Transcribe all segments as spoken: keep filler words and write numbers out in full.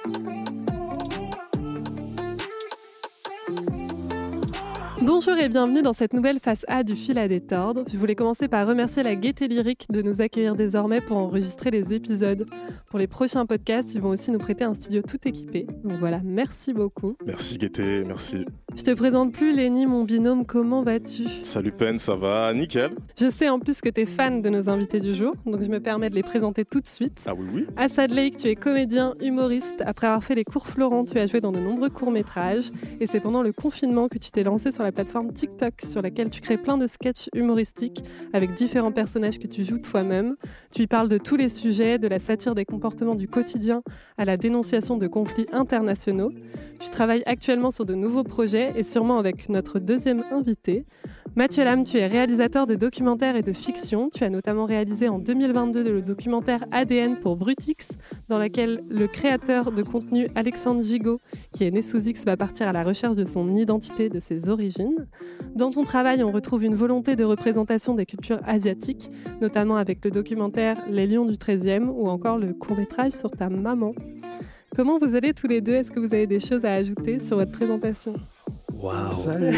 Bonjour et bienvenue dans cette nouvelle face A du fil à détordre. Je voulais commencer par remercier la Gaieté Lyrique de nous accueillir désormais pour enregistrer les épisodes. Pour les prochains podcasts, ils vont aussi nous prêter un studio tout équipé. Donc voilà, merci beaucoup. Merci Gaieté, merci. Je te présente plus Lenny, mon binôme, comment vas-tu ? Salut Pen, ça va ? Nickel. Je sais en plus que tu es fan de nos invités du jour, donc je me permets de les présenter tout de suite. Ah oui, oui. Assad Lake, tu es comédien, humoriste. Après avoir fait les cours Florent, tu as joué dans de nombreux courts-métrages. Et c'est pendant le confinement que tu t'es lancé sur la plateforme TikTok, sur laquelle tu crées plein de sketchs humoristiques avec différents personnages que tu joues toi-même. Tu y parles de tous les sujets, de la satire des comportements du quotidien à la dénonciation de conflits internationaux. Tu travailles actuellement sur de nouveaux projets et sûrement avec notre deuxième invité. Mathieu Lame, tu es réalisateur de documentaires et de fiction. Tu as notamment réalisé en deux mille vingt-deux le documentaire A D N pour Brutix, dans lequel le créateur de contenu Alexandre Gigot, qui est né sous X, va partir à la recherche de son identité, de ses origines. Dans ton travail, on retrouve une volonté de représentation des cultures asiatiques, notamment avec le documentaire Les Lions du treizième ou encore le court-métrage sur ta maman. Comment vous allez tous les deux ? Est-ce que vous avez des choses à ajouter sur votre présentation ? Waouh. Salut.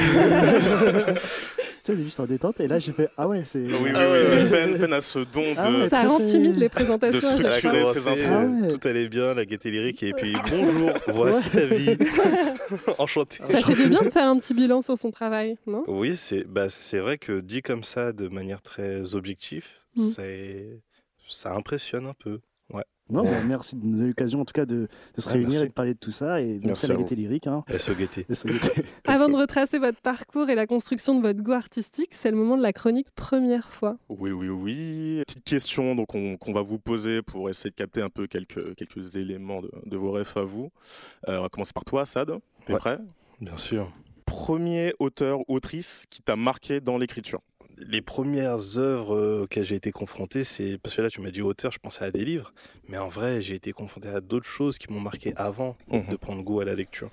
Tu sais, on est juste en détente et là j'ai fait ah ouais c'est. Oui oui oui. Pen, Pen a ce don ah de. ouais, ça rend timide les présentations. De structurer ses intros. Ah ouais. Tout allait bien, la Gaieté Lyrique et puis bonjour, voici ta vie. Enchanté. Ça fait du bien de faire un petit bilan sur son travail, non ? Oui, c'est bah c'est vrai que dit comme ça de manière très objective, mmh. c'est ça impressionne un peu. Ouais. Non, bon, merci de nous donner l'occasion en tout cas de, de se ouais, réunir merci. et de parler de tout ça et merci à la Gaieté Lyrique. Hein. S O Gaieté. S O Gaieté. Avant de retracer votre parcours et la construction de votre goût artistique, c'est le moment de la chronique première fois. Oui, oui, oui. Petite question donc on, qu'on va vous poser pour essayer de capter un peu quelques, quelques éléments de, de vos rêves à vous. Euh, on va commencer par toi, Assad. T'es ouais. prêt ? Bien sûr. Premier auteur, autrice qui t'a marqué dans l'écriture ? Les premières œuvres auxquelles j'ai été confronté, c'est parce que là tu m'as dit auteur, je pensais à des livres, mais en vrai j'ai été confronté à d'autres choses qui m'ont marqué avant mmh. de prendre goût à la lecture.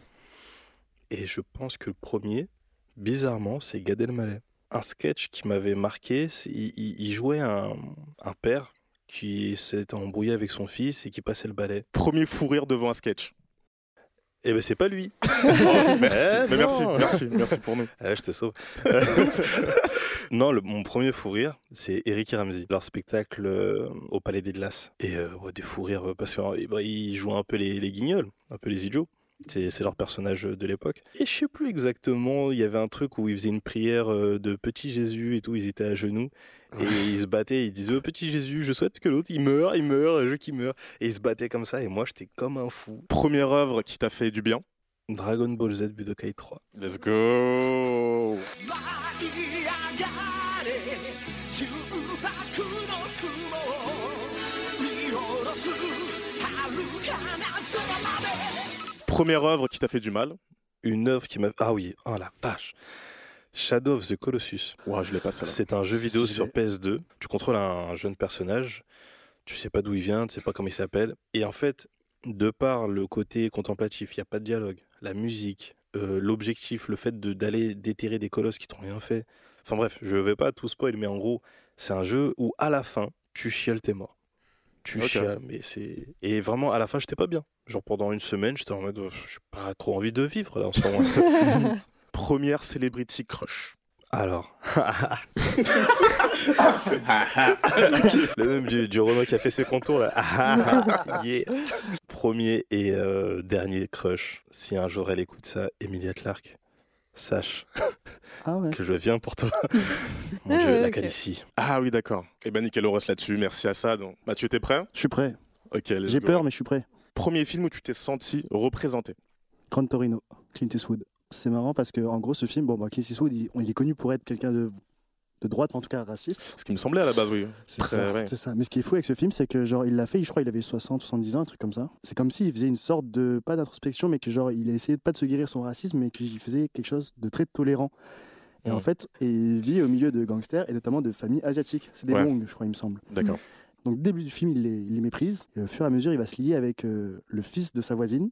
Et je pense que le premier, bizarrement, c'est Gad Elmaleh. Un sketch qui m'avait marqué, c'est, il, il jouait un, un père qui s'était embrouillé avec son fils et qui passait le balai. Premier fou rire devant un sketch. Eh ben c'est pas lui. Oh, merci. Eh, Mais merci, merci, merci pour nous. Ah, je te sauve. Non, le, mon premier fou rire, c'est Eric et Ramzy, leur spectacle euh, au Palais des Glaces. Et euh, ouais, des fous rires parce qu'ils bah, jouent un peu les, les guignols, un peu les idiots. C'est, c'est leur personnage de l'époque. Et je sais plus exactement, il y avait un truc où ils faisaient une prière de petit Jésus et tout, ils étaient à genoux. Et ils se battaient, ils disaient oh, petit Jésus, je souhaite que l'autre il meure, il meurt, je qu'il meurt. Et ils se battaient comme ça et moi j'étais comme un fou. Première œuvre qui t'a fait du bien ? Dragon Ball Z Budokai trois. Let's go. Première œuvre qui t'a fait du mal ? Une œuvre qui m'a... Ah oui, oh la vache. Shadow of the Colossus. Ouais, je l'ai pas ça. C'est un jeu vidéo sur P S deux. Tu contrôles un jeune personnage. Tu sais pas d'où il vient, tu sais pas comment il s'appelle. Et en fait, de par le côté contemplatif, il n'y a pas de dialogue. La musique, euh, l'objectif, le fait de, d'aller déterrer des colosses qui t'ont rien fait. Enfin bref, je vais pas tout spoil, mais en gros, c'est un jeu où à la fin, tu chiales, t'es mort. Tu okay. chiales, mais c'est... Et vraiment, à la fin, j'étais pas bien. Genre pendant une semaine, j'étais en mode, oh, j'ai pas trop envie de vivre là en ce moment. Première celebrity crush. Alors, le même du, du Renault qui a fait ses contours là. Yeah. Premier et euh, dernier crush. Si un jour elle écoute ça, Emilia Clarke, sache ah ouais. que je viens pour toi. Mon ah Dieu, ouais, la okay. Calicie. Ah oui, d'accord. Eh ben nickel, on reste là-dessus. Merci Assad. Mathieu, t'es prêt ? Je suis prêt. Ok, let's J'ai go. peur, mais je suis prêt. Premier film où tu t'es senti représenté ? Gran Torino, Clint Eastwood. C'est marrant parce que en gros ce film, bon, bah, Clint Eastwood, il, il est connu pour être quelqu'un de, de droite, en tout cas raciste. Ce qui me semblait à la base, oui. C'est, Très, ça, ouais. c'est ça. Mais ce qui est fou avec ce film, c'est que genre il l'a fait, je crois, il avait soixante, soixante-dix ans, un truc comme ça. C'est comme s'il faisait une sorte de pas d'introspection, mais que genre il essayait pas de se guérir son racisme, mais qu'il faisait quelque chose de très tolérant. Et mmh. en fait, il vit au milieu de gangsters et notamment de familles asiatiques. C'est des ouais. Hmong, je crois, il me semble. D'accord. Donc début du film, il les, il les méprise. Et au fur et à mesure, il va se lier avec euh, le fils de sa voisine.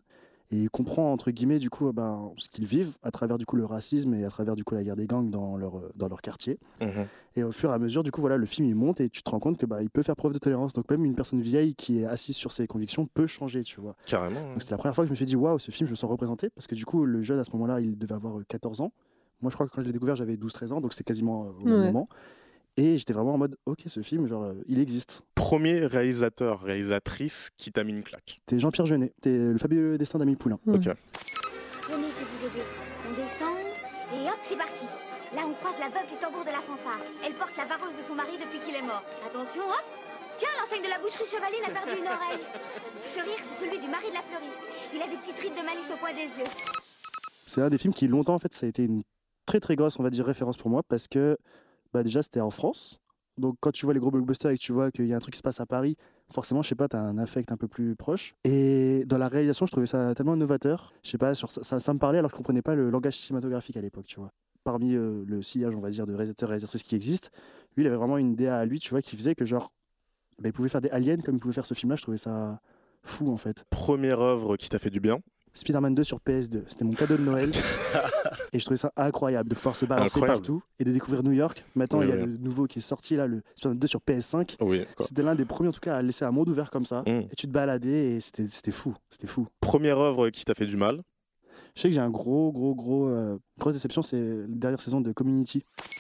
et comprend entre guillemets du coup ben, ce qu'ils vivent à travers du coup le racisme et à travers du coup la guerre des gangs dans leur dans leur quartier. Mmh. Et au fur et à mesure du coup voilà le film il monte et tu te rends compte que bah il peut faire preuve de tolérance, donc même une personne vieille qui est assise sur ses convictions peut changer, tu vois. Carrément. Ouais. Donc c'était la première fois que je me suis dit waouh, ce film je me sens représenté, parce que du coup le jeune à ce moment-là il devait avoir quatorze ans. Moi je crois que quand je l'ai découvert j'avais douze treize ans, donc c'est quasiment au même ouais. moment. Et j'étais vraiment en mode, ok, ce film, genre, euh, il existe. Premier réalisateur, réalisatrice qui t'a mis une claque. C'était Jean-Pierre Jeunet. C'était Le fabuleux destin d'Amélie Poulain. Mmh. Ok. Venez, je vous aider. On descend et hop, c'est parti. Là, on croise la veuve du tambour de la fanfare. Elle porte la vareuse de son mari depuis qu'il est mort. Attention, hop. Tiens, l'enseigne de la boucherie Chevalier n'a perdu une oreille. Ce rire, c'est celui du mari de la fleuriste. Il a des petites rides de malice au coin des yeux. C'est un des films qui, longtemps, en fait, ça a été une très, très grosse, on va dire, référence pour moi, parce que bah déjà c'était en France, donc quand tu vois les gros blockbusters et que tu vois qu'il y a un truc qui se passe à Paris, forcément je sais pas, t'as un affect un peu plus proche. Et dans la réalisation je trouvais ça tellement novateur, je sais pas, sur ça, ça, ça me parlait alors que je comprenais pas le langage cinématographique à l'époque, tu vois. Parmi euh, le sillage on va dire de réalisateurs et réalisatrices qui existent, lui il avait vraiment une D A à lui, tu vois, qui faisait que genre bah, il pouvait faire des aliens comme il pouvait faire ce film là. Je trouvais ça fou en fait. Première œuvre qui t'a fait du bien? Spider-Man deux sur P S deux, c'était mon cadeau de Noël. Et je trouvais ça incroyable de pouvoir se balancer incroyable. Partout et de découvrir New York. Maintenant, oui, il y a oui. le nouveau qui est sorti, là, le Spider-Man deux sur P S cinq. Oui, c'était l'un des premiers, en tout cas, à laisser un monde ouvert comme ça. Mm. Et tu te baladais et c'était, c'était fou. C'était fou. Première œuvre qui t'a fait du mal? Je sais que j'ai un gros, gros, gros, euh, grosse déception, c'est la dernière saison de Community.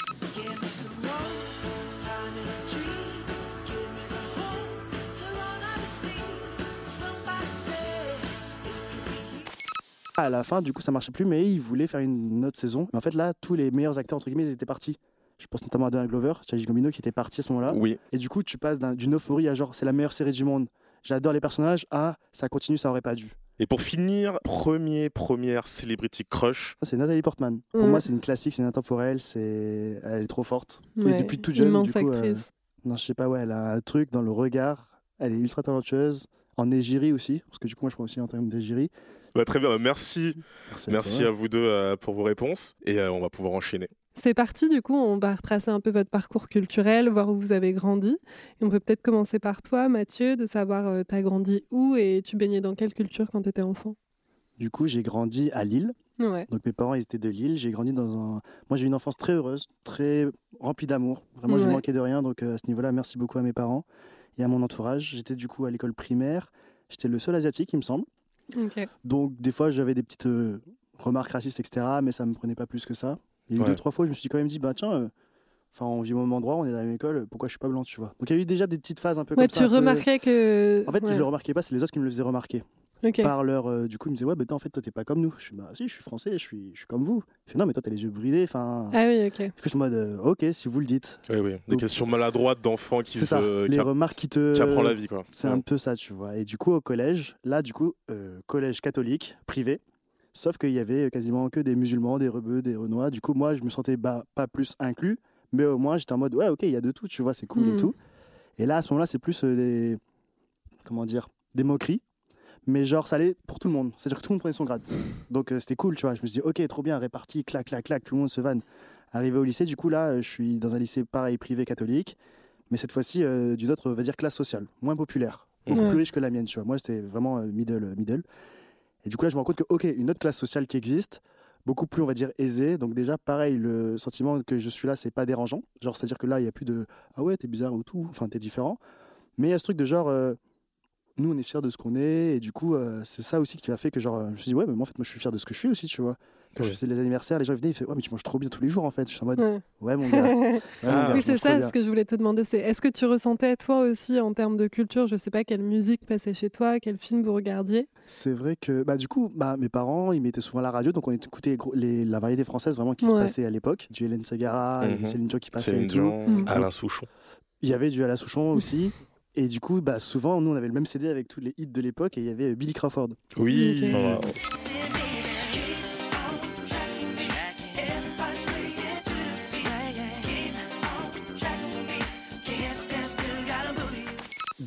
À la fin, du coup, ça marchait plus, mais ils voulaient faire une autre saison. Mais en fait, là, tous les meilleurs acteurs, entre guillemets, ils étaient partis. Je pense notamment à Donald Glover, Childish Gambino, qui était parti à ce moment-là. Oui. Et du coup, tu passes d'un, d'une euphorie à genre, c'est la meilleure série du monde. J'adore les personnages, à ça continue, ça aurait pas dû. Et pour finir, premier, première celebrity crush. C'est Nathalie Portman. Mmh. Pour moi, c'est une classique, c'est une intemporelle, c'est... elle est trop forte. Ouais, et depuis toute jeune, immense du coup, actrice. Euh... non, je sais pas, ouais, elle a un truc dans le regard. Elle est ultra talentueuse. En égérie aussi, parce que du coup, moi, je prends aussi en termes d'égérie. Bah, très bien, merci. Merci, merci à, à vous deux euh, pour vos réponses. Et euh, on va pouvoir enchaîner. C'est parti, du coup, on va retracer un peu votre parcours culturel, voir où vous avez grandi. Et on peut peut-être commencer par toi, Mathieu, de savoir euh, t'as grandi où et tu baignais dans quelle culture quand t'étais enfant? Du coup, j'ai grandi à Lille. Ouais. Donc mes parents, ils étaient de Lille. J'ai grandi dans un... Moi, j'ai eu une enfance très heureuse, très remplie d'amour. Vraiment, ouais. Je ne manquais de rien. Donc euh, à ce niveau-là, merci beaucoup à mes parents et à mon entourage. J'étais du coup à l'école primaire. J'étais le seul asiatique, il me semble. Okay. Donc des fois, j'avais des petites euh, remarques racistes, et cetera. Mais ça ne me prenait pas plus que ça. Il y a eu ouais. deux, trois fois, je me suis quand même dit, bah tiens, euh, on vit au même endroit, on est dans la même école, pourquoi je suis pas blanc, tu vois. Donc il y a eu déjà des petites phases un peu ouais, comme ça. Tu remarquais peu... que... En fait, ouais. je le remarquais pas, c'est les autres qui me le faisaient remarquer. Okay. Par leur, euh, du coup, ils me disaient, ouais, bah, en fait, toi, t'es pas comme nous. Je suis, bah si, je suis français, je suis, je suis comme vous. Je fais, non, mais toi, t'as les yeux bridés, enfin... Ah oui, ok. Du coup, je suis en mode, euh, ok, si vous le dites. Oui, oui, des Donc, questions maladroites d'enfants qui c'est se... ça, les qui remarques qui te... Qui apprend la vie, quoi. C'est ouais. un peu ça, tu vois. Et du coup, au collège, là, du coup, euh, collège catholique, privé, sauf qu'il y avait quasiment que des musulmans, des rebeux, des renois. Du coup, moi, je me sentais bah, pas plus inclus, mais au moins, j'étais en mode, ouais, ok, il y a de tout, tu vois, c'est cool mmh. et tout. Et là, à ce moment-là, c'est plus euh, des... Comment dire, des moqueries. Mais genre, ça allait pour tout le monde. C'est-à-dire que tout le monde prenait son grade. Donc, euh, c'était cool, tu vois. Je me suis dit, ok, trop bien, réparti, clac, clac, clac, tout le monde se vanne. Arrivé au lycée, du coup, là, je suis dans un lycée pareil, privé, catholique. Mais cette fois-ci, euh, d'une autre, on va dire, classe sociale. Moins populaire. Beaucoup mmh. plus riche que la mienne, tu vois. Moi, c'était vraiment euh, middle, middle. Et du coup, là, je me rends compte que, ok, une autre classe sociale qui existe, beaucoup plus, on va dire, aisée. Donc déjà, pareil, le sentiment que je suis là, c'est pas dérangeant. Genre, c'est-à-dire que là, il n'y a plus de « Ah ouais, t'es bizarre ou tout », enfin, t'es différent. Mais il y a ce truc de genre... Euh, nous on est fiers de ce qu'on est et du coup euh, c'est ça aussi qui m'a fait que genre je me suis dit ouais mais moi en fait moi je suis fier de ce que je suis aussi, tu vois. Quand ouais. je faisais les anniversaires, les gens venaient, ils faisaient ouais mais tu manges trop bien tous les jours en fait. Je suis en mode ouais, ouais mon gars. Ouais, ah. mon gars oui c'est ça ce que je voulais te demander, c'est est-ce que tu ressentais toi aussi en termes de culture, je sais pas quelle musique passait chez toi, quel film vous regardiez? C'est vrai que bah du coup bah mes parents ils mettaient souvent la radio donc on écoutait les, les, la variété française vraiment qui ouais. se passait à l'époque, du Hélène Ségara, mm-hmm. Céline Dion qui passait Céline et tout. Dion, mm-hmm. Alain Souchon. Il y avait du Alain Souchon aussi. Et du coup, bah, souvent, nous, on avait le même C D avec tous les hits de l'époque et il y avait Billy Crawford. Oui. Okay. Oh, wow.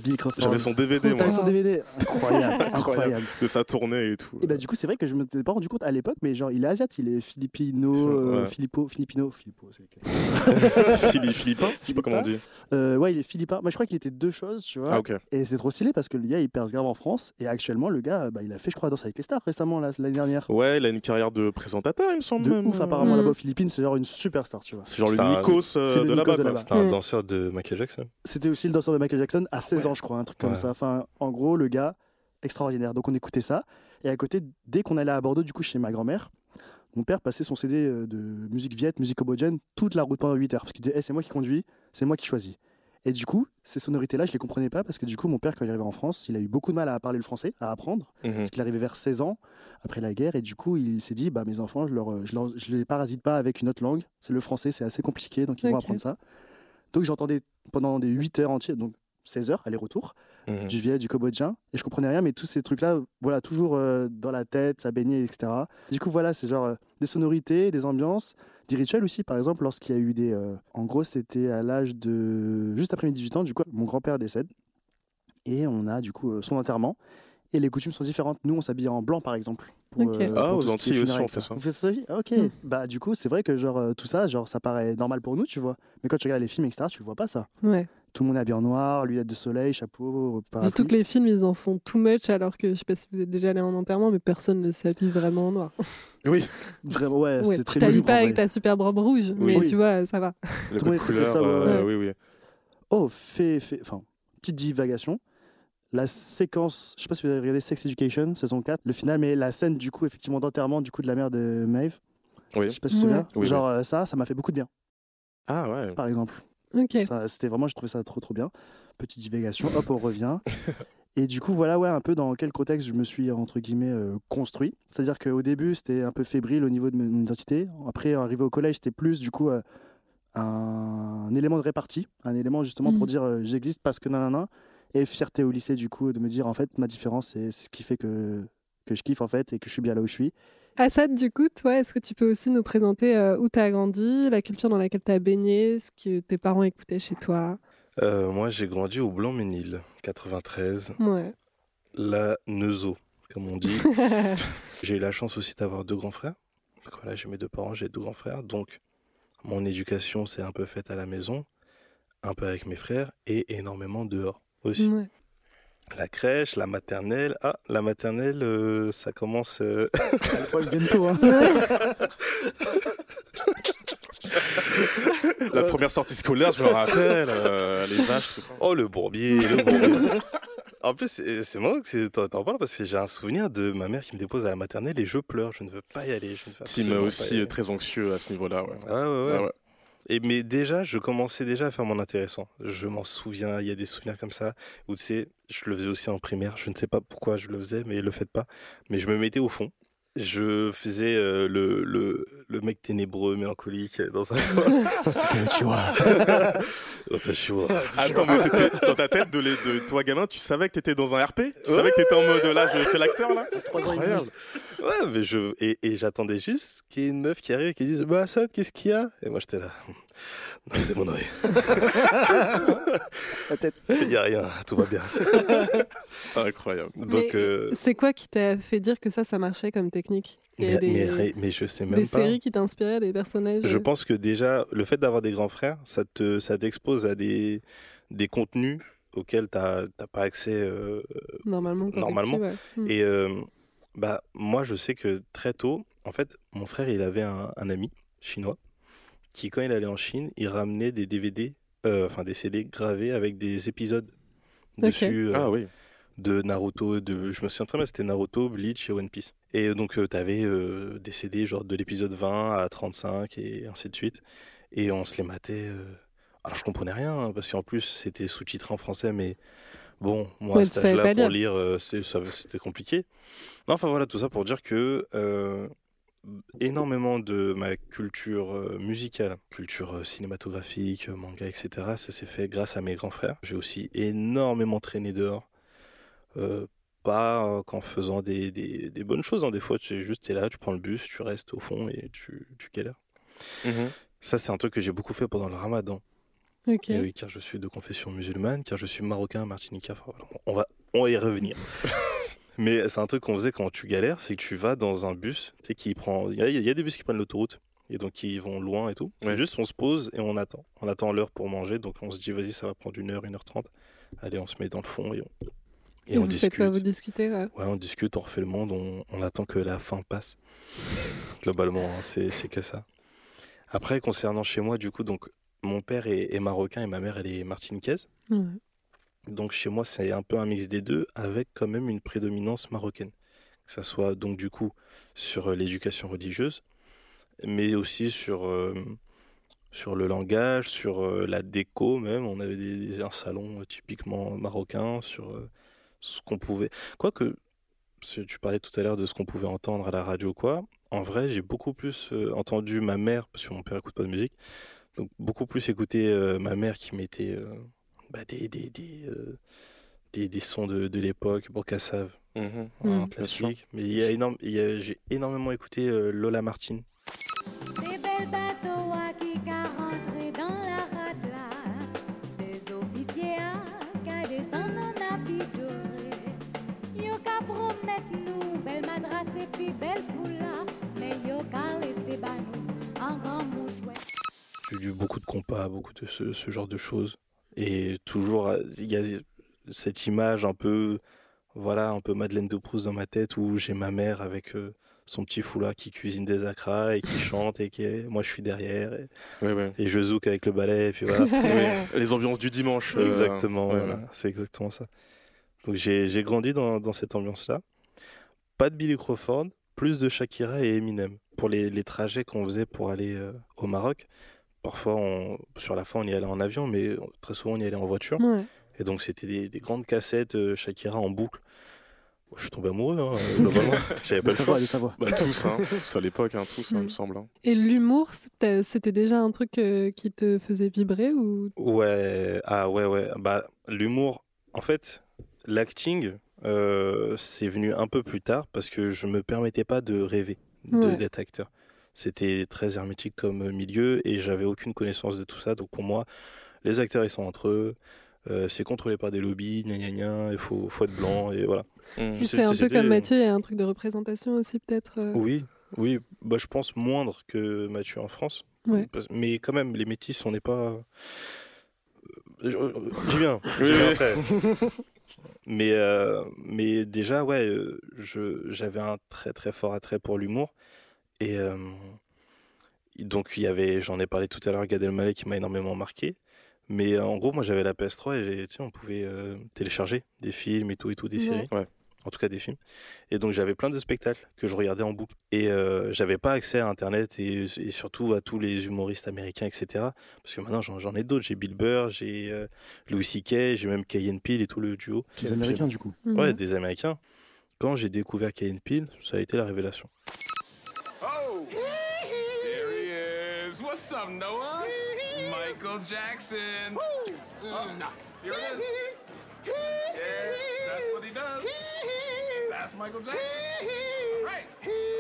Billy Crawford. J'avais son D V D, moi. T'avais son D V D. Incroyable, incroyable. De sa tournée et tout. Et bah du coup, c'est vrai que je me suis pas rendu compte à l'époque, mais genre il est asiate, il est filipino, euh, Ouais. Filippo, Filipino, Filippo, c'est lequel Philly, Philippin, je sais pas comment on dit. euh, Ouais, il est philippin. Moi, je crois qu'il était deux choses, tu vois. Ah, ok. Et c'est trop stylé parce que le gars, il perce grave en France. Et actuellement, le gars, bah, il a fait, je crois, Danse avec les stars récemment, là, l'année dernière. Ouais, il a une carrière de présentateur, il me semble. De même. ouf, apparemment, Mm. là-bas aux Philippines, c'est genre une superstar, tu vois. C'est genre C'est le un- Nikos euh, c'est le de Nikos là-bas. de quoi. là-bas. C'était un Mm. danseur de Michael Jackson. C'était aussi le danseur de Michael Jackson à seize ans, je crois, un truc comme Ouais. ça. Enfin, en gros, le gars, extraordinaire. Donc, on écoutait ça. Et à côté, dès qu'on allait à Bordeaux, du coup, chez ma grand-mère, mon père passait son C D de musique viette, musique cambodgienne, toute la route pendant huit heures. Parce qu'il disait, hey, c'est moi qui conduis, c'est moi qui choisis. Et du coup, ces sonorités-là, je les comprenais pas parce que du coup, mon père, quand il est arrivé en France, il a eu beaucoup de mal à parler le français, à apprendre. Mhm. Parce qu'il est arrivé vers seize ans, après la guerre. Et du coup, il s'est dit, bah, mes enfants, je leur, je, leur- je les parasite pas avec une autre langue. C'est le français, c'est assez compliqué, donc ils vont Ok. apprendre ça. Donc j'entendais pendant des huit heures entières, donc seize heures, aller-retour, Mhm. du viet, du cambodgien, et je comprenais rien, mais tous ces trucs-là, voilà, toujours euh, dans la tête, ça baignait, et cetera. Du coup, voilà, c'est genre euh, des sonorités, des ambiances, des rituels aussi, par exemple, lorsqu'il y a eu des... euh, en gros, c'était à l'âge de... juste après mes dix-huit ans, du coup, mon grand-père décède, et on a du coup euh, son enterrement, et les coutumes sont différentes. Nous, on s'habille en blanc, par exemple. Pour, Ok. Ah, pour aux tout ce qui est Antilles aussi, funérailles, on fait et cetera. ça. Vous faites ça aussi Ah, ok. Mm. Bah, du coup, c'est vrai que genre, euh, tout ça, genre, ça paraît normal pour nous, tu vois. Mais quand tu regardes les films, et cetera, tu le vois pas, ça. Ouais. Tout le monde est habillé en noir, lunettes de soleil, chapeau, parapluie. Surtout que les films, ils en font too much, alors que je sais pas si vous êtes déjà allé en enterrement, mais personne ne s'habille vraiment en noir. Oui, Vraiment, ouais, Ouais, c'est tu très t'habilles lugubre, pas en avec vrai. ta superbe robe rouge, Oui. mais Oui. tu vois, ça va. le Tout code le monde fait couleur, ça, ouais, euh, ouais. oui, oui. Oh, fait, fait, enfin, petite divagation. La séquence, je sais pas si vous avez regardé Sex Education, saison quatre, le final, mais la scène, du coup, effectivement, d'enterrement, du coup, de la mère de Maeve. Oui. Je sais pas si tu te Ouais. souviens. Oui, Genre, euh, ça, ça m'a fait beaucoup de bien, Ah ouais. par exemple. Ok. Ça, c'était vraiment, je trouvais ça trop, trop bien. Petite divagation, hop, on revient. Et du coup, voilà, ouais, un peu dans quel contexte je me suis, entre guillemets, euh, construit. C'est-à-dire qu'au début, c'était un peu fébrile au niveau de mon identité. Après, arrivé au collège, c'était plus, du coup, euh, un, un élément de répartie, un élément justement Mhm. pour dire euh, j'existe parce que nanana. Et fierté au lycée, du coup, de me dire, en fait, ma différence, c'est ce qui fait que, que je kiffe, en fait, et que je suis bien là où je suis. Assad, du coup, toi, est-ce que tu peux aussi nous présenter euh, où tu as grandi, la culture dans laquelle tu as baigné, ce que tes parents écoutaient chez toi? Euh, moi, j'ai grandi au Blanc-Ménil, quatre-vingt-treize, Ouais. la Neuzo, comme on dit. J'ai eu la chance aussi d'avoir deux grands frères. Donc voilà, j'ai mes deux parents, j'ai deux grands frères. Donc, mon éducation s'est un peu faite à la maison, un peu avec mes frères et énormément dehors aussi. Ouais. La crèche, la maternelle. Ah, la maternelle, euh, ça commence. euh, bientôt, hein. La première sortie scolaire, je me rappelle, euh, les vaches, tout ça. Oh, le bourbier, le bourbier. En plus, c'est c'est marrant que t'en t'en parles parce que j'ai un souvenir de ma mère qui me dépose à la maternelle et je pleure. Je ne veux pas y aller. Je ne veux Tim absolument pas y aussi aller. euh, très anxieux à ce niveau-là. Ouais. Ah ouais, ouais. Ah ouais. Et mais déjà, je commençais déjà à faire mon intéressant. Je m'en souviens, il y a des souvenirs comme ça, où tu sais, je le faisais aussi en primaire, je ne sais pas pourquoi je le faisais, mais le faites pas. Mais je me mettais au fond, je faisais euh, le, le, le mec ténébreux, mélancolique, dans un coin. Ça, c'est que tu vois. Dans un chihuahua. Attends, mais c'était dans ta tête de, les- de toi gamin, tu savais que t'étais dans un R P? Tu savais que t'étais en mode là, je fais l'acteur là? Trois ans et demi. Incroyable. Ouais, mais je... Et, et j'attendais juste qu'il y ait une meuf qui arrive et qui dise « Bah Assad, qu'est-ce qu'il y a ?» Et moi j'étais là « Non, mon oeil. La tête. Il n'y a rien, tout va bien. Incroyable. » Donc, Mais euh, c'est quoi qui t'a fait dire que ça, ça marchait comme technique? Il y a mais, des, mais, ré- mais je sais même des pas. séries qui t'inspiraient, des personnages? Je pense que déjà, le fait d'avoir des grands frères, ça te, ça t'expose à des, des contenus auxquels tu n'as pas accès. euh, Normalement, quand t'es Normalement. petit, ouais. Mm. Et euh, bah, moi, je sais que très tôt, en fait, mon frère, il avait un, un ami chinois qui, quand il allait en Chine, il ramenait des D V D, euh, enfin des C D gravés avec des épisodes dessus. euh, Ah oui. de Naruto, de, je me souviens très bien, c'était Naruto, Bleach et One Piece. Et donc, euh, t'avais euh, des C D genre de l'épisode vingt à trente-cinq et ainsi de suite. Et on se les matait. euh, Alors, je comprenais rien, hein, parce qu'en plus, c'était sous-titré en français, mais bon, moi, Ouais, à tu cet savais âge-là, pas pour lire. lire, euh, c'est- ça- c'était compliqué. Non, enfin voilà, tout ça pour dire que euh, énormément de ma culture euh, musicale, culture euh, cinématographique, euh, manga, et cetera, ça s'est fait grâce à mes grands frères. J'ai aussi énormément traîné dehors. Euh, pas euh, qu'en faisant des, des, des bonnes choses, hein. Des fois, tu es juste t'es là, tu prends le bus, tu restes au fond et tu, tu galères. Mhm. Ça, c'est un truc que j'ai beaucoup fait pendant le ramadan. Ok. Et oui, car je suis de confession musulmane, car je suis marocain, martiniquais. Enfin, voilà, on va, on va y revenir. Mais c'est un truc qu'on faisait quand tu galères, c'est que tu vas dans un bus, tu sais, qui prend. Il y, a- il y a des bus qui prennent l'autoroute et donc qui vont loin et tout. Ouais. Juste, on se pose et on attend. On attend l'heure pour manger, donc on se dit, vas-y, ça va prendre une heure, une heure trente. Allez, on se met dans le fond et on, et Et on vous discute. faites quoi? Vous discutez, ouais. Ouais, on discute, on refait le monde, on, on attend que la fin passe. Globalement, hein, c'est, c'est que ça. Après, concernant chez moi, du coup, donc mon père est, est marocain et ma mère, elle est martiniquaise. Ouais. Donc chez moi, c'est un peu un mix des deux, avec quand même une prédominance marocaine. Que ça soit donc du coup sur euh, l'éducation religieuse, mais aussi sur, euh, sur le langage, sur euh, la déco même. On avait des, des- un salon euh, typiquement marocain, sur euh, ce qu'on pouvait... Quoique, parce que tu parlais tout à l'heure de ce qu'on pouvait entendre à la radio, quoi. En vrai, j'ai beaucoup plus euh, entendu ma mère, parce que mon père écoute pas de musique, donc beaucoup plus écouté euh, ma mère qui mettait euh, bah, des, des, des, euh, des, des sons de, de l'époque, Bocassav, Mhm. un Mm. classique. Mais il y a énorme, il y a- j'ai énormément écouté euh, Lola Martin. Ces belles bateaux à qui qu'a rentré dans la rade là, ces officiers à qu'a descend en habit doré, yo qu'a promettre nous belle madras et puis belle foula, mais yo qu'a laissé ba nous en grand mouchouet. J'ai eu beaucoup de compas, beaucoup de ce, ce genre de choses. Et toujours, euh, il y a cette image un peu, voilà, un peu Madeleine de Proust dans ma tête où j'ai ma mère avec euh, son petit foulard qui cuisine des acras et qui chante et qui est, moi je suis derrière et, Ouais, ouais. et je zouk avec le balai et puis voilà. Oui, les ambiances du dimanche. euh, Exactement, ouais, voilà, ouais. c'est exactement ça. Donc j'ai, j'ai grandi dans, dans cette ambiance-là. Pas de Billy Crawford, plus de Shakira et Eminem. Pour les, les trajets qu'on faisait pour aller euh, au Maroc, parfois on, sur la fin on y allait en avion, mais très souvent on y allait en voiture. Ouais. Et donc c'était des, des grandes cassettes euh, Shakira en boucle. Je suis tombé amoureux, hein, euh, globalement. J'avais pas De le choix. savoir, de savoir. Bah, tous, hein. Tous à l'époque, hein, tous, hein, il me Mm. semble. hein. Et l'humour, c'était c'était déjà un truc euh, qui te faisait vibrer ou... Ouais, ah ouais, ouais. Bah, l'humour, en fait, l'acting, euh, c'est venu un peu plus tard parce que je me permettais pas de rêver de- Ouais. d'être acteur. C'était très hermétique comme milieu et j'avais aucune connaissance de tout ça. Donc pour moi, les acteurs, ils sont entre eux. euh, c'est contrôlé par des lobbies, gna gna gna, il faut, faut être blanc et voilà. Mhm. C'est C'est- un peu c'était- comme Mathieu, il y a un truc de représentation aussi peut-être. euh. Oui, oui, bah, je pense moindre que Mathieu en France. Ouais. Parce- Mais quand même, les métis, on n'est pas. Euh, je- J'y viens, j'y Oui, viens oui. après. mais, euh, mais déjà, ouais, euh, je, j'avais un très très fort attrait pour l'humour. Et euh, donc, il y avait, j'en ai parlé tout à l'heure, Gad Elmaleh qui m'a énormément marqué. Mais euh, en gros, moi j'avais la P S trois et j'ai- tu sais, on pouvait euh, télécharger des films et tout et tout, des Ouais. séries. Ouais. En tout cas des films. Et donc j'avais plein de spectacles que je regardais en boucle. Et euh, j'avais pas accès à Internet et, et surtout à tous les humoristes américains, et cetera. Parce que maintenant j'en, j'en ai d'autres. J'ai Bill Burr, j'ai euh, Louis C K, j'ai même Key and Peele et tout le duo. Les Américains, du coup. Mhm. Ouais, des Américains. Quand j'ai découvert Key and Peele, ça a été la révélation. Oh! There he is. What's up, Noah? Michael Jackson. Oh, nah. Here it is. Yeah, that's what he does. That's Michael Jackson. All right.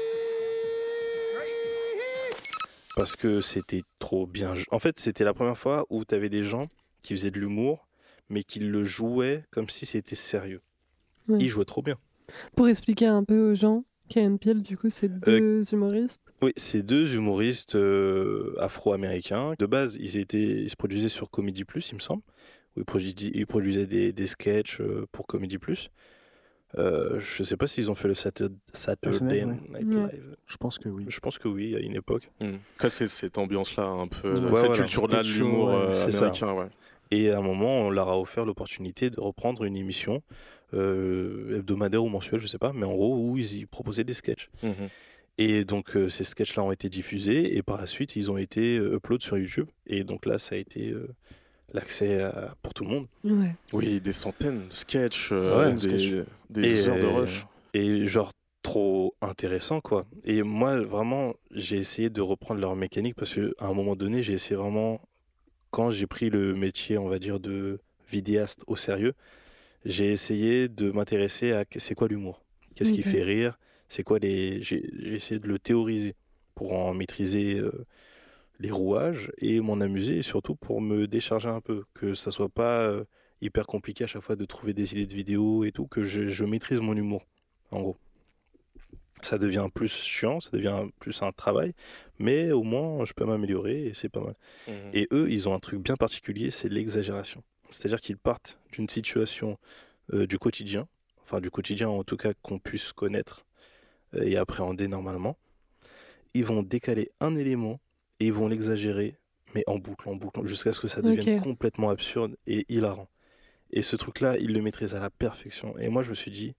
Great. Parce que c'était trop bien. En fait, c'était la première fois où tu avais des gens qui faisaient de l'humour, mais qui le jouaient comme si c'était sérieux. Ouais. Ils jouaient trop bien. Pour expliquer un peu aux gens, Key and Peele, du coup, c'est deux humoristes. Oui, c'est deux humoristes euh, afro-américains. De base, ils, étaient, ils se produisaient sur Comedy Plus, il me semble, où ils produisaient, ils produisaient des, des sketchs euh, pour Comedy Plus. Euh, je ne sais pas s'ils ont fait le Saturday, Saturday S N L, Night ouais. Live. Je pense que oui. Je pense que oui, à une époque. Mhm. Après, c'est cette ambiance-là, un peu, Ouais, cette voilà. culture-là de Sketch l'humour show, ouais, euh, c'est ça. américain. Ouais. Et à un moment, on leur a offert l'opportunité de reprendre une émission euh, hebdomadaire ou mensuelle, je ne sais pas, mais en gros, où ils y proposaient des sketchs. Mhm. Et donc, euh, ces sketchs-là ont été diffusés et par la suite, ils ont été euh, upload sur YouTube. Et donc là, ça a été euh, l'accès à- pour tout le monde. Ouais. Oui, des centaines de sketchs, euh, Ouais, des, sketchs. des Et, heures de euh, rush. Et genre, trop intéressant, quoi. Et moi, vraiment, j'ai essayé de reprendre leur mécanique parce qu'à un moment donné, j'ai essayé vraiment, quand j'ai pris le métier, on va dire, de vidéaste au sérieux, j'ai essayé de m'intéresser à c'est quoi l'humour, qu'est-ce qui Ok. fait rire, c'est quoi les. J'ai j'ai essayé de le théoriser pour en maîtriser euh, les rouages et m'en amuser, et surtout pour me décharger un peu, que ça soit pas euh, hyper compliqué à chaque fois de trouver des idées de vidéos et tout, que je, je maîtrise mon humour, en gros. Ça devient plus chiant, ça devient plus un travail, mais au moins je peux m'améliorer et c'est pas mal. Mmh. Et eux, ils ont un truc bien particulier, c'est l'exagération. C'est-à-dire qu'ils partent d'une situation euh, du quotidien, enfin du quotidien en tout cas qu'on puisse connaître euh, et appréhender normalement. Ils vont décaler un élément et ils vont l'exagérer, mais en boucle, en boucle, jusqu'à ce que ça devienne Ok. complètement absurde et hilarant. Et ce truc-là, ils le maîtrisent à la perfection. Et moi, je me suis dit,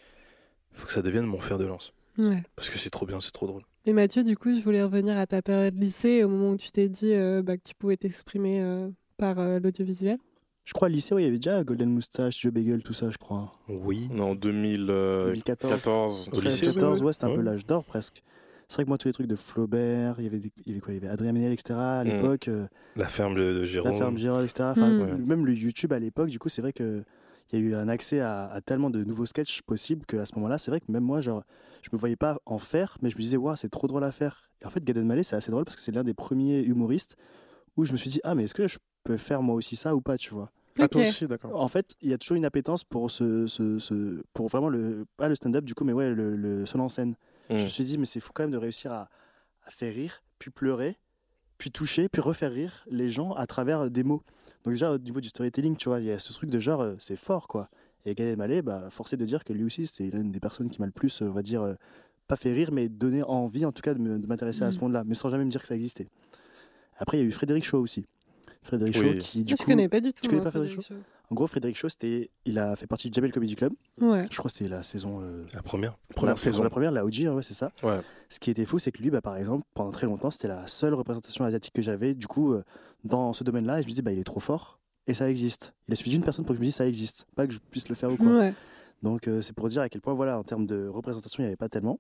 il faut que ça devienne mon fer de lance. Ouais. Parce que c'est trop bien, c'est trop drôle. Et Mathieu, du coup, je voulais revenir à ta période lycée, au moment où tu t'es dit euh, bah, que tu pouvais t'exprimer euh, par euh, l'audiovisuel. Je crois, au lycée, ouais, il y avait déjà Golden Moustache, Joe Bagel, tout ça, je crois. Oui. On est en deux mille deux mille quatorze. quatorze. Au lycée, quatorze, ouais, ouais, c'était un ouais. peu l'âge d'or presque. C'est vrai que moi, tous les trucs de Flaubert, il y avait, des- il y avait quoi Il y avait Adrien Méniel, et cetera à Mm. l'époque. euh, La ferme de, de Jérôme. La ferme Gérald, et cetera. Enfin, Mm. Ouais. même le YouTube à l'époque, du coup, c'est vrai que il y a eu un accès à, à tellement de nouveaux sketchs possibles qu'à ce moment-là, c'est vrai que même moi, genre, je me voyais pas en faire, mais je me disais, waouh, c'est trop drôle à faire. Et en fait, Gad Elmaleh, c'est assez drôle parce que c'est l'un des premiers humoristes où je me suis dit, ah, mais est-ce que je peux faire moi aussi ça ou pas, tu vois. Ah, Ok. toi aussi, d'accord. En fait, il y a toujours une appétence pour ce, ce, ce- pour vraiment le, pas le stand-up du coup, mais ouais, le, le seul en scène. Mmh. Je me suis dit, mais c'est fou quand même de réussir à, à faire rire, puis pleurer, puis toucher, puis refaire rire les gens à travers des mots. Donc déjà, au niveau du storytelling, tu vois, il y a ce truc de genre, euh, c'est fort, quoi. Et Gad Elmaleh, bah, forcé de dire que lui aussi, c'était l'une des personnes qui m'a le plus, euh, on va dire, euh, pas fait rire, mais donné envie, en tout cas, de me- de m'intéresser à ce Mm. monde-là, mais sans jamais me dire que ça existait. Après, il y a eu Frédéric Shaw aussi. Frédéric Oui. Shaw, qui, du je coup... connais pas du tout. tu connais moi, pas Frédéric Frédéric En gros, Frédéric Shaw, c'était, il a fait partie du Jamel Comedy Club. Shaw. Ouais. Je crois que c'était la saison... euh, La première. Première la, saison. La première, la O G, hein, ouais, c'est ça. Ouais. Ce qui était fou, c'est que lui, bah, par exemple, pendant très longtemps, c'était la seule représentation asiatique que j'avais, du coup, euh, dans ce domaine-là. Et je me disais, bah, il est trop fort et ça existe. Il a suffi d'une personne pour que je me dise, ça existe. Pas que je puisse le faire ou quoi. Ouais. Donc, euh, c'est pour dire à quel point, voilà, en termes de représentation, il n'y avait pas tellement.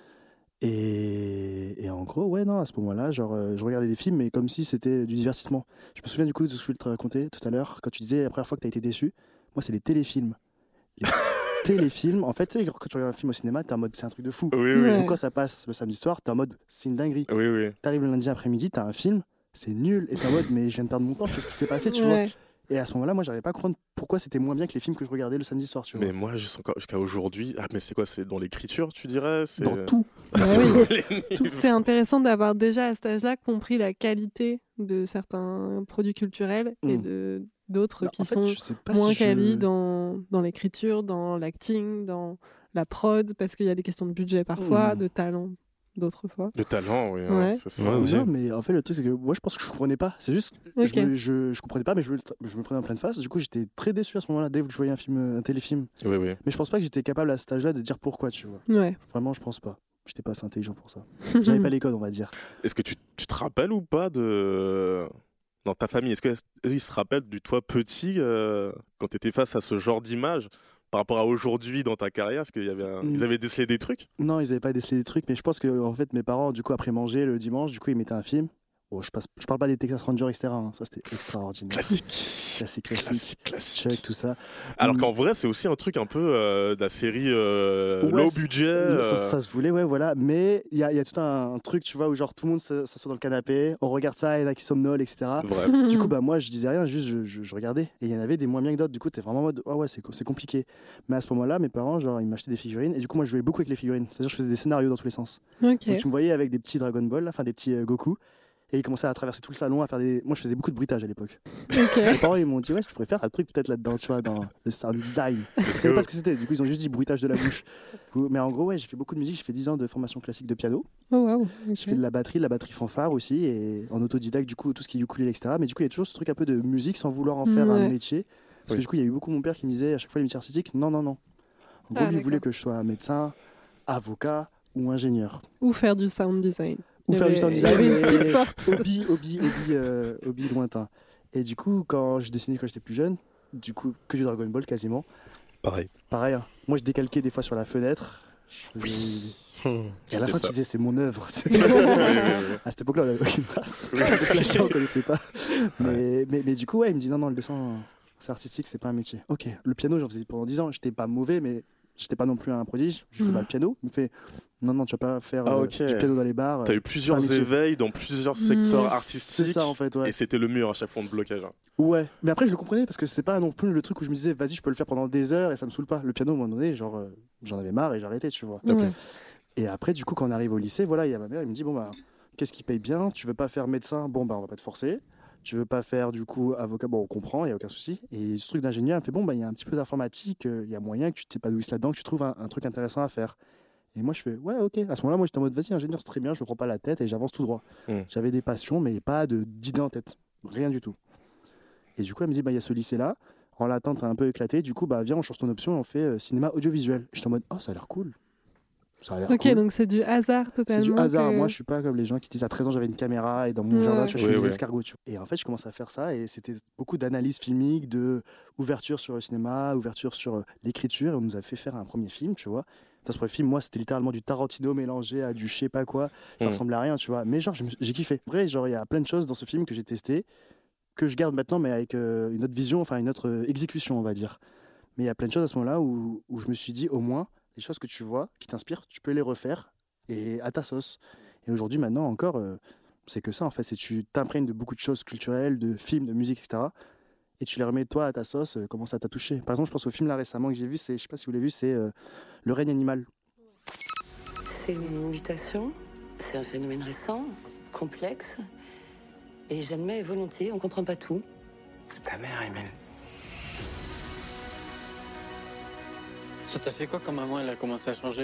Et, et en gros, ouais, non, à ce moment-là, genre, euh, je regardais des films, mais comme si c'était du divertissement. Je me souviens du coup de ce que je voulais te raconter tout à l'heure, quand tu disais la première fois que tu as été déçu. Moi, c'est les téléfilms. Les téléfilms, en fait, tu sais, quand tu regardes un film au cinéma, t'es en mode, c'est un truc de fou. Oui, oui. Ouais. Donc, quand ça passe le samedi soir, t'es en mode, c'est une dinguerie. Oui, oui. T'arrives le lundi après-midi, t'as un film, c'est nul, et t'es en mode, mais je viens de perdre mon temps, qu'est-ce qui s'est passé, tu vois. Ouais. Et à ce moment-là, moi, j'arrivais pas à comprendre pourquoi c'était moins bien que les films que je regardais le samedi soir, tu vois. Mais moi, jusqu'à encore- jusqu'à aujourd'hui. Ah, mais c'est quoi? C'est dans l'écriture, tu dirais? C'est- Dans tout. Bah oui. Les Tout- niveaux. C'est intéressant d'avoir déjà à cet âge-là compris la qualité de certains produits culturels et Mm. de d'autres Bah, qui en fait, sont je sais pas moins si je- quali dans, dans l'écriture, dans l'acting, dans la prod, parce qu'il y a des questions de budget parfois, Mm. de talent d'autres fois. Le talent, oui. Ouais. hein, c'est ça. Ouais, aussi. Non, mais en fait, le truc, c'est que moi, je pense que je comprenais pas. C'est juste que Ok. je, me, je, je comprenais pas, mais je me, je me prenais en pleine face. Du coup, j'étais très déçu à ce moment-là, dès que je voyais un, film, un téléfilm. Oui, oui. Mais je pense pas que j'étais capable à cet âge-là de dire pourquoi, tu vois. Ouais. Vraiment, je pense pas. J'étais pas assez intelligent pour ça. J'avais pas les codes, on va dire. Est-ce que tu, tu te rappelles ou pas de. Dans ta famille, est-ce qu'ils se rappellent du toi petit euh, quand tu étais face à ce genre d'image par rapport à aujourd'hui dans ta carrière? Est-ce qu'ils un... Mm. Ils avaient décelé des trucs? Non, ils avaient pas décelé des trucs, mais je pense que en fait, mes parents, du coup, après manger le dimanche, du coup, ils mettaient un film. Bon, je, passe, je parle pas des Texas Rangers, et cetera hein. Ça, c'était extraordinaire. Classique. Classique, classique. Classique, classique. Chuck, tout ça. Alors Mm. qu'en vrai, c'est aussi un truc un peu euh, de la série euh, Ouais, low c'est- budget. Ça, euh, ça se voulait, ouais, voilà. Mais il y a, il y a tout un, un truc, tu vois, où genre tout le monde se- s'assoit dans le canapé, on regarde ça, il y en a qui somnolent, et cetera. Vrai. Du coup, bah, moi, je disais rien, juste je, je- je regardais. Et il y en avait des moins bien que d'autres. Du coup, t'es vraiment en mode, oh ouais, c'est co- c'est compliqué. Mais à ce moment-là, mes parents, genre, ils m'achetaient des figurines. Et du coup, moi, je jouais beaucoup avec les figurines. C'est-à-dire, je faisais des scénarios dans tous les sens. Ok. Donc, tu me voyais avec des petits Dragon Ball, là, enfin, des petits euh, Goku. Et ils commençaient à traverser tout le salon, à faire des. Moi, je faisais beaucoup de bruitage à l'époque. Ok. Mes parents, ils m'ont dit, ouais, tu pourrais faire un truc peut-être là-dedans, tu vois, dans le sound design. Je savais pas ce que c'était. Du coup, ils ont juste dit bruitage de la bouche. Du coup, mais en gros, ouais, j'ai fait beaucoup de musique. J'ai fait dix ans de formation classique de piano. Oh waouh. Je Ok. fais de la batterie, de la batterie fanfare aussi, et en autodidacte, du coup, tout ce qui est ukulélé, et cetera. Mais du coup, il y a toujours ce truc un peu de musique sans vouloir en faire Ouais. un métier. Parce Oui. que du coup, il y a eu beaucoup mon père qui me disait à chaque fois les métiers artistiques, non, non, non. En gros, Ah, lui, il voulait d'accord. que je sois médecin, avocat ou ingénieur. Ou faire du sound design. Ou Il y faire du avait- sound il y avait design, une petite mais porte. hobby, hobby, hobby, euh, hobby lointain. Et du coup, quand je dessinais quand j'étais plus jeune, du coup, que du Dragon Ball quasiment, Pareil. pareil, hein. Moi, je décalquais des fois sur la fenêtre. Je faisais- Et à la J'ai fin, fait tu ça. disais, c'est mon œuvre. Oui, oui, oui. À cette époque-là, on n'avait aucune trace. Oui. Le plagiat, on ne connaissait pas. Mais, mais, mais du coup, ouais, il me dit non, non, le dessin, c'est artistique, c'est pas un métier. Ok, le piano, j'en faisais pendant dix ans. J'étais pas mauvais, mais j'étais pas non plus un prodige, je fais Mhm. pas le piano. Il me fait non, non, tu vas pas faire Ah, euh, ok. du piano dans les bars. T'as euh, eu plusieurs pas un métier. éveils dans plusieurs Mm. secteurs C'est artistiques. ça en fait, ouais. Et c'était le mur à chaque fois de blocage. hein. Ouais, mais après je le comprenais parce que c'était pas non plus le truc où je me disais vas-y, je peux le faire pendant des heures et ça me saoule pas. Le piano, à un moment donné, genre euh, j'en avais marre et j'arrêtais, tu vois. Ouais. Et après, du coup, quand on arrive au lycée, voilà, il y a ma mère, il me dit bon bah, qu'est-ce qui paye bien? Tu veux pas faire médecin? Bon bah, on va pas te forcer. Tu veux pas faire du coup avocat? Bon, on comprend, il y a aucun souci. Et ce truc d'ingénieur, elle me fait bon bah, il y a un petit peu d'informatique, euh, il y a moyen que tu t'épanouisses là-dedans, que tu trouves un, un truc intéressant à faire. Et moi, je fais ouais, ok. À ce moment-là, moi, j'étais en mode vas-y, ingénieur, c'est très bien, je me prends pas la tête et j'avance tout droit. Mm. J'avais des passions, mais pas de d'idées en tête, rien du tout. Et du coup, elle me dit bah, il y a ce lycée-là. En l'attente, t'as un peu éclaté. Du coup, bah viens, on change ton option, on fait euh, cinéma audiovisuel. J'étais en mode oh, ça a l'air cool. Ça a l'air Ok, cool. donc c'est du hasard C'est totalement. du hasard. que- Moi, je suis pas comme les gens qui disent à treize ans j'avais une caméra et dans mon Ouais. jardin, tu vois, je Oui, fais des oui. escargots. tu vois. Et en fait, je commence à faire ça et c'était beaucoup d'analyse filmique, de ouverture sur le cinéma, ouverture sur euh, l'écriture. Et on nous a fait faire un premier film, tu vois. Dans ce premier film, moi, c'était littéralement du Tarantino mélangé à du je sais pas quoi. Ça Mm. ressemblait à rien, tu vois. Mais genre, je me- j'ai kiffé. Vrai, genre, il y a plein de choses dans ce film que j'ai testé, que je garde maintenant, mais avec euh, une autre vision, enfin une autre euh, exécution, on va dire. Mais il y a plein de choses à ce moment-là où, où je me suis dit, au moins, les choses que tu vois, qui t'inspirent, tu peux les refaire et à ta sauce. Et aujourd'hui, maintenant encore, euh, c'est que ça en fait. C'est tu t'imprègnes de beaucoup de choses culturelles, de films, de musique, et cetera. Et tu les remets toi à ta sauce, euh, comment ça t'a touché. Par exemple, je pense au film là récemment que j'ai vu, c'est, je sais pas si vous l'avez vu, c'est euh, Le règne animal. C'est une mutation, c'est un phénomène récent, complexe, et j'admets volontiers, on comprend pas tout. C'est ta mère, Emile. Ça t'a fait quoi quand maman elle a commencé à changer?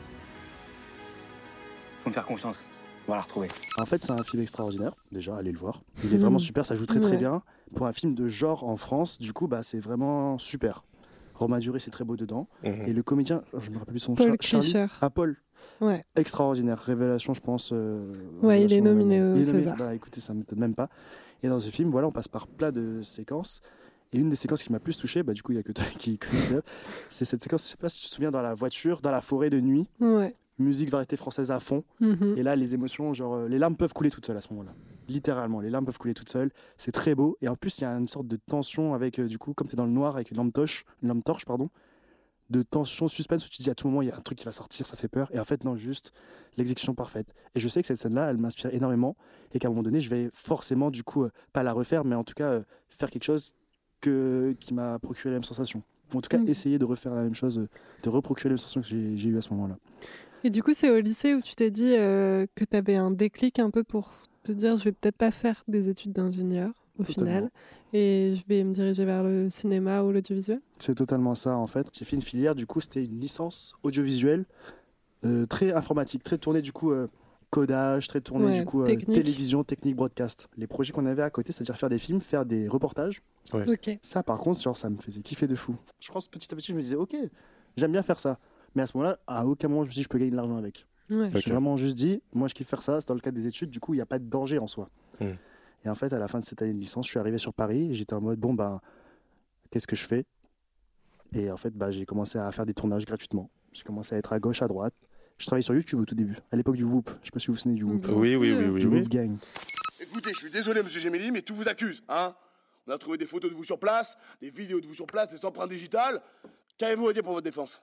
Faut me faire confiance. On va la retrouver. En fait, c'est un film extraordinaire. Déjà, allez le voir. Il est Mhm. vraiment super, ça joue très très Ouais. bien. Pour un film de genre en France, du coup, bah, c'est vraiment super. Romain Duris, c'est très beau dedans. Mhm. Et le comédien, je me rappelle plus son Paul Char- Charlie. Krischer. Ah, Paul. Ouais. Extraordinaire, révélation, je pense. euh, Ouais, il est révélation de nominé l'année. au Il est nominé. César. Bah, écoutez, ça ne m'étonne même pas. Et dans ce film, voilà, on passe par plein de séquences. Et une des séquences qui m'a plus touché, bah, du coup, il n'y a que toi qui connais, c'est cette séquence, je ne sais pas si tu te souviens, dans la voiture, dans la forêt de nuit, Ouais. musique variété française à fond. Mhm. Et là, les émotions, genre, euh, les larmes peuvent couler toutes seules à ce moment-là. Littéralement, les larmes peuvent couler toutes seules. C'est très beau. Et en plus, il y a une sorte de tension avec, euh, du coup, comme tu es dans le noir avec une lampe torche, une lampe torche, pardon, de tension, suspense, où tu te dis à tout moment, il y a un truc qui va sortir, ça fait peur. Et en fait, non, juste l'exécution parfaite. Et je sais que cette scène-là, elle m'inspire énormément. Et qu'à un moment donné, je vais forcément, du coup, euh, pas la refaire, mais en tout cas, euh, faire quelque chose que, qui m'a procuré la même sensation. Ou en tout cas, Mhm. essayer de refaire la même chose, euh, de reprocurer la même sensation que j'ai j'ai eue à ce moment-là. Et du coup, c'est au lycée où tu t'es dit euh, que tu avais un déclic un peu pour te dire je vais peut-être pas faire des études d'ingénieur au Totalement. final et je vais me diriger vers le cinéma ou l'audiovisuel. C'est totalement ça en fait. J'ai fait une filière, du coup c'était une licence audiovisuelle euh, très informatique, très tournée du coup euh, codage, très tournée Ouais, du coup euh, technique. télévision, technique, broadcast. Les projets qu'on avait à côté, c'est-à-dire faire des films, faire des reportages. Ok. Ça par contre, genre, ça me faisait kiffer de fou. Je pense petit à petit je me disais ok, j'aime bien faire ça. Mais à ce moment-là, à aucun moment je me suis dit je peux gagner de l'argent avec. Ouais. Je me suis vraiment juste dit, moi je kiffe faire ça, c'est dans le cadre des études, du coup il n'y a pas de danger en soi. Mm. Et en fait, à la fin de cette année de licence, je suis arrivé sur Paris et j'étais en mode, bon ben, qu'est-ce que je fais? Et en fait, bah, j'ai commencé à faire des tournages gratuitement. J'ai commencé à être à gauche, à droite. Je travaillais sur YouTube au tout début, à l'époque du Whoop. Je sais pas si vous vous souvenez du Whoop. Bien Oui, oui, sûr. oui, oui, du oui. Whoop Gang. Écoutez, je suis désolé, monsieur Gemelli, mais tout vous accuse, hein? On a trouvé des photos de vous sur place, des vidéos de vous sur place, des empreintes digitales. Qu'avez-vous à dire pour votre défense?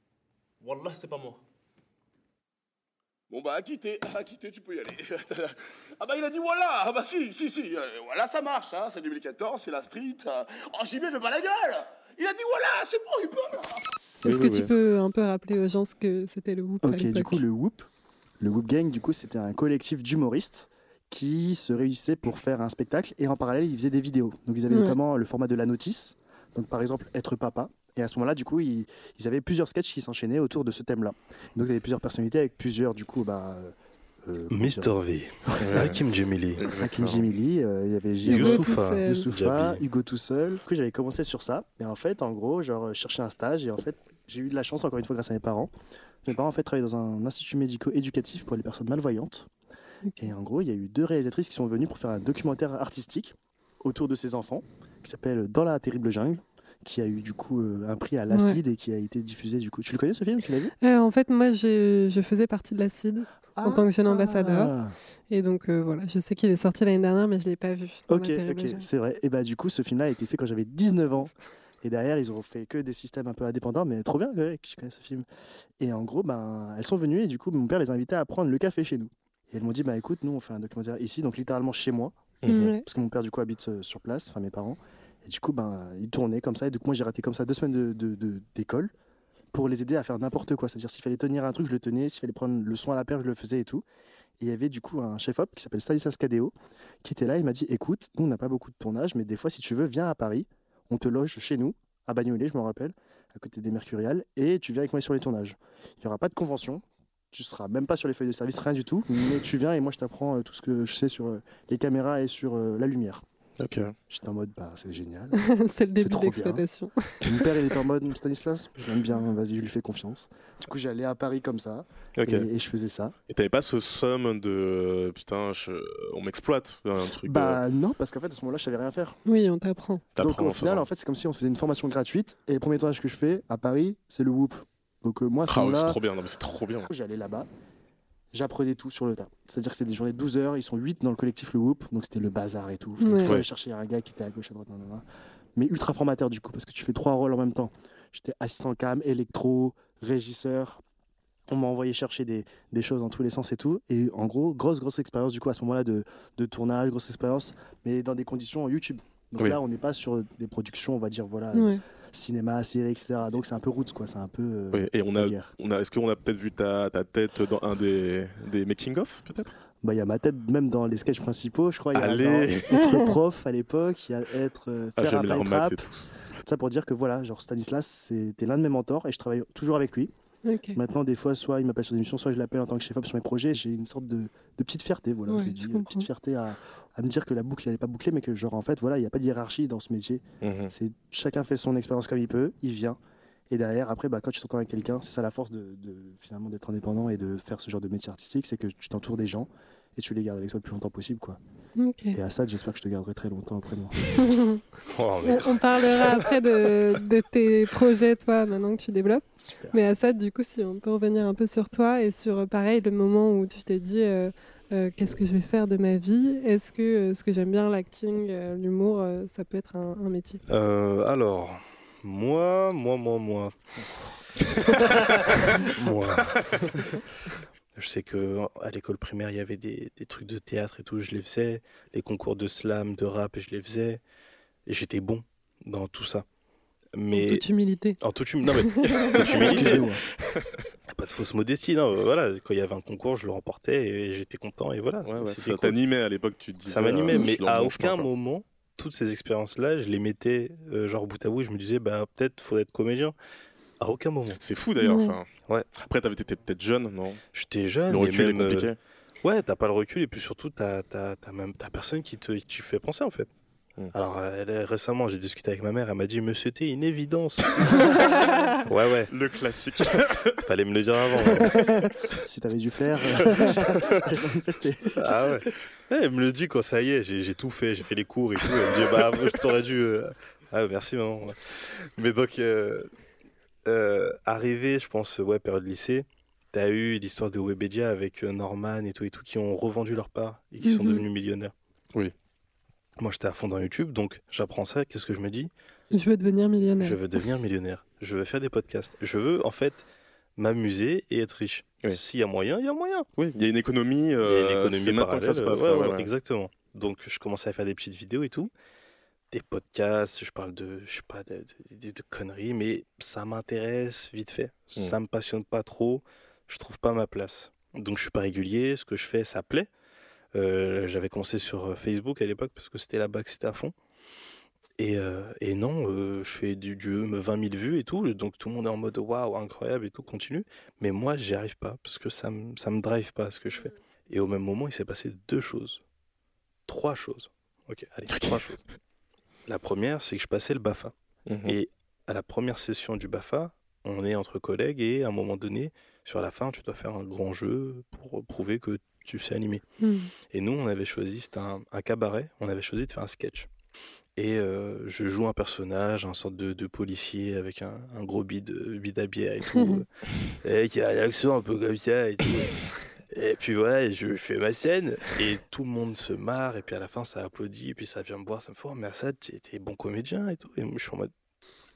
Wallah, c'est pas moi. Bon bah, acquitté, acquitté, tu peux y aller. Ah bah, il a dit voilà, ah bah si, si, si, euh, voilà, ça marche, hein, c'est deux mille quatorze, c'est la street. euh. Oh, J B, fais pas la gueule! Il a dit voilà, c'est bon, il peut. Est-ce Oui, que oui, tu oui. peux un peu rappeler aux gens ce que c'était le Whoop à Ok, du l'époque coup, le Whoop, le Whoop Gang, du coup, c'était un collectif d'humoristes qui se réunissaient pour faire un spectacle et en parallèle, ils faisaient des vidéos. Donc, ils avaient Ouais. notamment le format de la notice. Donc, par exemple, être papa. Et à ce moment-là, du coup, ils, ils avaient plusieurs sketchs qui s'enchaînaient autour de ce thème-là. Donc, il y avait plusieurs personnalités avec plusieurs, du coup, bah. Euh, comment Mister dire, V, Hakim Djemili, Hakim Djemili, euh, il y avait J- Hugo Youssoufa, tout seul. Youssoufa, Jabi. Hugo tout seul. Du coup, j'avais commencé sur ça. Et en fait, en gros, genre, je cherchais un stage. Et en fait, j'ai eu de la chance, encore une fois, grâce à mes parents. Mes parents, en fait, travaillaient dans un institut médico-éducatif pour les personnes malvoyantes. Ok. Et en gros, il y a eu deux réalisatrices qui sont venues pour faire un documentaire artistique autour de ces enfants, qui s'appelle Dans la terrible jungle, qui a eu du coup euh, un prix à l'Acide et qui a été diffusé du coup. Tu le connais ce film? Tu l'as vu? Euh, En fait, moi, j'ai- je faisais partie de l'Acide en tant que jeune ambassadeur. Ah. Et donc, euh, voilà, je sais qu'il est sorti l'année dernière, mais je ne l'ai pas vu. dans Ok, la terrible ok, jungle. c'est vrai. Et bah du coup, ce film-là a été fait quand j'avais dix-neuf ans. Et derrière, ils ont fait que des systèmes un peu indépendants, mais trop bien, ouais, je connais ce film. Et en gros, ben, elles sont venues et du coup, mon père les a invitées à prendre le café chez nous. Et elles m'ont dit, bah écoute, nous on fait un documentaire ici, donc littéralement chez moi, Mmh. Ouais. parce que mon père du coup habite euh, sur place, enfin mes parents. Et du coup, ben, ils tournaient comme ça, et du coup, moi j'ai raté comme ça deux semaines de, de- de- d'école pour les aider à faire n'importe quoi. C'est-à-dire, s'il fallait tenir un truc, je le tenais, s'il fallait prendre le son à la perche, je le faisais et tout. Et il y avait du coup un chef-op qui s'appelle Stanislas Cadéo, qui était là, il m'a dit, écoute, nous on n'a pas beaucoup de tournage, mais des fois, si tu veux, viens à Paris, on te loge chez nous, à Bagnolet, je me rappelle, à côté des Mercuriales, et tu viens avec moi sur les tournages. Il n'y aura pas de convention. Tu seras même pas sur les feuilles de service, rien du tout, mais tu viens et moi je t'apprends euh, tout ce que je sais sur euh, les caméras et sur euh, la lumière. Ok. J'étais en mode, bah c'est génial. C'est le début trop d'exploitation. bien. Mon père il était en mode, Stanislas, je l'aime bien, vas-y, je lui fais confiance. Du coup j'allais à Paris comme ça, Ok. et, et je faisais ça. Et t'avais pas ce somme de euh, putain, je- on m'exploite, un truc. Bah euh, non, parce qu'en fait à ce moment-là je savais rien faire. Oui, on t'apprend. Donc t'apprends, au final, t'apprends. en fait c'est comme si on faisait une formation gratuite, et le premier tournage que je fais à Paris, c'est le Whoop. Donc euh, moi à ce Ah ouais, moment-là, c'est trop bien, non mais c'est trop bien. j'allais là-bas. J'apprenais tout sur le tas. C'est-à-dire que c'est des journées de douze heures, ils sont huit dans le collectif Le Whoop, donc c'était le bazar et tout. Fallait Ouais. tout le temps aller Ouais. chercher un gars qui était à gauche, à droite, nan, nan, nan. Mais ultra formateur du coup, parce que tu fais trois rôles en même temps. J'étais assistant cam, électro, régisseur. On m'a envoyé chercher des, des choses dans tous les sens et tout. Et en gros, grosse, grosse expérience du coup à ce moment-là de, de tournage, grosse expérience, mais dans des conditions YouTube. Donc Oui. là, on n'est pas sur des productions, on va dire, voilà, Ouais. cinéma, série, et cetera. Donc c'est un peu roots, quoi. C'est un peu. euh, Oui, et on a, la guerre. on a, est-ce qu'on a peut-être vu ta, ta tête dans un des, des making-of, peut-être? Bah, il y a ma tête même dans les sketchs principaux, je crois. Il y a Allez. dans être prof à l'époque, il y a être euh, Ah, faire j'aime un la rap, remettre et rap. tout. Tout ça pour dire que voilà, genre Stanislas, c'était l'un de mes mentors et je travaille toujours avec lui. Ok. Maintenant, des fois, soit il m'appelle sur des émissions, soit je l'appelle en tant que chef-op sur mes projets. J'ai une sorte de, de petite fierté, voilà, Ouais, je le je dis, une comprends. petite fierté à, à me dire que la boucle elle n'est pas bouclée, mais que genre en fait, voilà, il n'y a pas de hiérarchie dans ce métier. Mhm. C'est chacun fait son expérience comme il peut, il vient. Et derrière, après, bah, quand tu t'entends avec quelqu'un, c'est ça la force de, de finalement d'être indépendant et de faire ce genre de métier artistique, c'est que tu t'entoures des gens et tu les gardes avec toi le plus longtemps possible, quoi. Ok. Et Assad, j'espère que je te garderai très longtemps auprès de moi. Oh, mais On, on parlera après de, de tes projets, toi, maintenant que tu développes. Super. Mais Assad, du coup, si on peut revenir un peu sur toi et sur, euh, pareil, le moment où tu t'es dit euh, euh, qu'est-ce que je vais faire de ma vie? Est-ce que euh, ce que j'aime bien, l'acting, euh, l'humour, euh, ça peut être un, un métier? Euh, alors, moi, moi, moi, moi. moi. Je sais que à l'école primaire, il y avait des, des trucs de théâtre et tout, je les faisais. Les concours de slam, de rap, je les faisais. Et j'étais bon dans tout ça. Mais En toute humilité. en toute hum- non, mais, toute humilité. Excusez-moi. Pas de fausse modestie, non. euh, Voilà, quand il y avait un concours, je le remportais et j'étais content. Et voilà, Ouais, ouais, c'était ça cool. t'animait à l'époque, tu te disais. Ça m'animait, euh, je mais suis dans le à bon aucun chemin, quoi. moment, toutes ces expériences-là, je les mettais euh, genre bout à bout. Je me disais, bah peut-être faudrait être comédien. À aucun moment. C'est fou d'ailleurs, Ouais. ça. Ouais. Après, t'avais été peut-être jeune, non? J'étais jeune. Le et recul est même, euh, compliqué. Ouais, t'as pas le recul et puis surtout, t'as, t'as, t'as même t'as personne qui te, qui te fait penser en fait. Mm. Alors euh, elle- récemment, j'ai discuté avec ma mère, elle m'a dit, mais c'était une évidence. ouais, ouais, Le classique. fallait me le dire avant. ouais. Si t'avais du flair, euh, laisse manifester. Ah ouais. Ouais, elle me le dit quand ça y est, j'ai, j'ai tout fait, j'ai fait les cours et tout. Elle me dit, bah, je t'aurais dû. euh, Ah, merci maman. Ouais. Mais donc, euh, euh, arrivé, je pense, ouais, période lycée, t'as eu l'histoire de Webedia avec euh, Norman et tout et tout qui ont revendu leur part et qui sont Mhm. devenus millionnaires. Oui. Moi, j'étais à fond dans YouTube, donc j'apprends ça. Qu'est-ce que je me dis? Je veux devenir millionnaire. Je veux devenir millionnaire. Je veux faire des podcasts. Je veux, en fait, m'amuser et être riche. Oui. S'il y a moyen, il y a moyen. Oui, il y a une économie. Il y a euh, une économie c'est maintenant que ça se parallèle, passe. ouais, quoi, ouais, ouais, ouais. exactement. Donc, je commençais à faire des petites vidéos et tout. Des podcasts, je parle de, je sais pas, de, de- de- de conneries, mais ça m'intéresse vite fait. Mm. Ça me passionne pas trop. Je trouve pas ma place. Donc, je suis pas régulier. Ce que je fais, ça plaît. Euh, j'avais commencé sur Facebook à l'époque parce que c'était là-bas que c'était à fond. Et, euh, et non, euh, je fais du, du vingt mille vues et tout, donc tout le monde est en mode waouh, incroyable et tout, continue. Mais moi, j'y arrive pas parce que ça me, ça me drive pas ce que je fais. Et au même moment, il s'est passé deux choses. Trois choses. Ok, allez, trois choses. La première, c'est que je passais le BAFA. Mhm. Et à la première session du BAFA, on est entre collègues et à un moment donné, sur la fin, tu dois faire un grand jeu pour prouver que tu sais animer. Hmm. Et nous, on avait choisi, c'était un, un cabaret, on avait choisi de faire un sketch. Et euh, je joue un personnage, un sorte de, de policier avec un, un gros bide, bide à bière et tout. Et qui a l'accent un peu comme ça et tout. Et puis voilà, je fais ma scène et tout le monde se marre. Et puis à la fin, ça applaudit. Et puis ça vient me voir, ça me fait oh, mais Assad, t'es t'es bon comédien et tout. Et moi, je suis en mode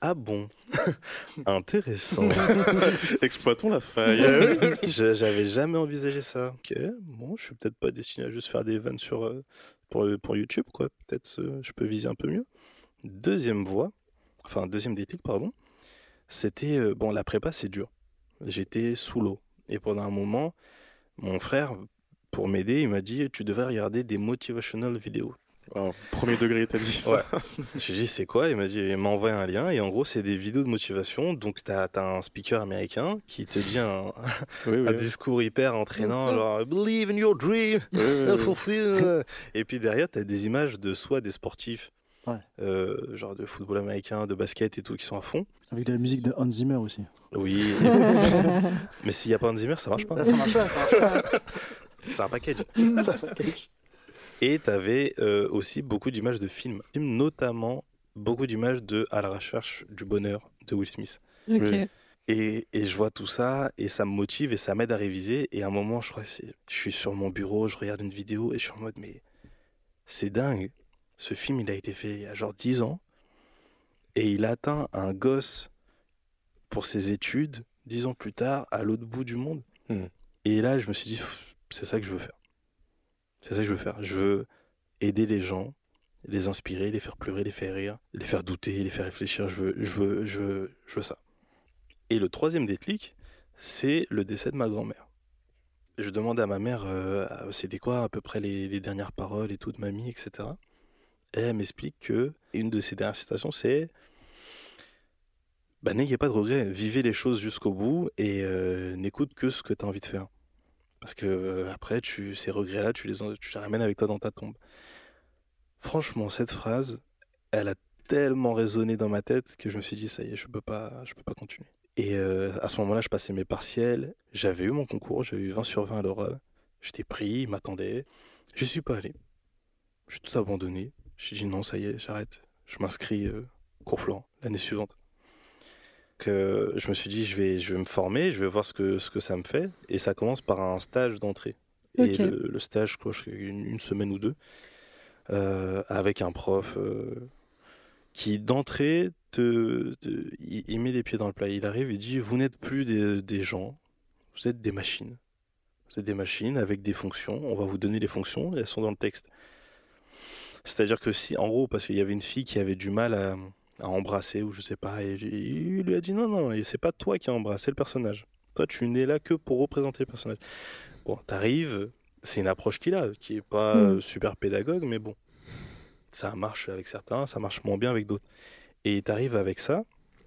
Ah bon. Intéressant. Exploitons la faille. Je- J'avais jamais envisagé ça. Ok, bon, je suis peut-être pas destiné à juste faire des vannes sur, euh, pour, pour YouTube, quoi. Peut-être euh, je peux viser un peu mieux. Deuxième voie, enfin deuxième déclic, pardon, c'était, euh, bon, la prépa, c'est dur. J'étais sous l'eau. Et pendant un moment, mon frère, pour m'aider, il m'a dit, tu devrais regarder des motivational vidéos. Wow, premier degré, t'as dit ça. Ouais. Je lui ai dit, c'est quoi? Il m'a dit, il m'a envoyé un lien. Et en gros, c'est des vidéos de motivation. Donc, t'as as un speaker américain qui te dit un, Oui, oui. un discours hyper entraînant, Bien sûr. genre, believe in your dream, Oui, oui, oui. fulfill. Et puis derrière, t'as des images de soit des sportifs, Ouais. euh, genre de football américain, de basket et tout, qui sont à fond. Avec de la musique de Hans Zimmer aussi. Oui. Mais s'il n'y a pas Hans Zimmer, ça marche pas. Là, ça marche pas, ça marche pas. C'est un package. Ça package. Et tu avais euh, aussi beaucoup d'images de films, notamment beaucoup d'images de À la recherche du bonheur de Will Smith. Ok. Oui. Et, et je vois tout ça et ça me motive et ça m'aide à réviser. Et à un moment, je crois, que c'est- je suis sur mon bureau, je regarde une vidéo et je suis en mode, mais c'est dingue. Ce film, il a été fait il y a genre dix ans et il atteint un gosse pour ses études dix ans plus tard à l'autre bout du monde. Mhm. Et là, je me suis dit, Pff, c'est ça que je veux faire. C'est ça que je veux faire. Je veux aider les gens, les inspirer, les faire pleurer, les faire rire, les faire douter, les faire réfléchir. Je veux, je veux, je veux, je veux ça. Et le troisième déclic, c'est le décès de ma grand-mère. Je demande à ma mère, euh, c'était quoi à peu près les, les dernières paroles et tout de mamie, et cetera. Et elle m'explique que une de ses dernières citations, c'est bah, n'ayez pas de regrets, vivez les choses jusqu'au bout et euh, n'écoute que ce que tu as envie de faire. Parce que euh, après, tu, ces regrets-là, tu les, en- tu les ramènes avec toi dans ta tombe. Franchement, cette phrase, elle a tellement résonné dans ma tête que je me suis dit, ça y est, je peux pas, je peux pas continuer. Et euh, à ce moment-là, je passais mes partiels, j'avais eu mon concours, j'avais eu vingt sur vingt à l'oral, j'étais pris, ils m'attendaient, je suis pas allé. J'ai tout abandonné, j'ai dit non, ça y est, j'arrête, je m'inscris euh, cours Florent l'année suivante. Que je me suis dit, je vais, je vais me former, je vais voir ce que, ce que ça me fait, et ça commence par un stage d'entrée. Ok. Et le, le stage, quoi, je- une, une semaine ou deux, euh, avec un prof euh, qui d'entrée te, te- il, il met les pieds dans le plat. Il arrive, il dit, vous n'êtes plus des, des gens, vous êtes des machines. Vous êtes des machines avec des fonctions. On va vous donner les fonctions et elles sont dans le texte. C'est-à-dire que si, en gros, parce qu'il y avait une fille qui avait du mal à, à embrasser ou je sais pas, et il lui a dit non, non, et c'est pas toi qui as embrassé le personnage. Toi, tu n'es là que pour représenter le personnage. Bon, t'arrives, c'est une approche qu'il a, qui est pas Mm. euh, super pédagogue, mais bon, ça marche avec certains, ça marche moins bien avec d'autres. Et t'arrives avec ça,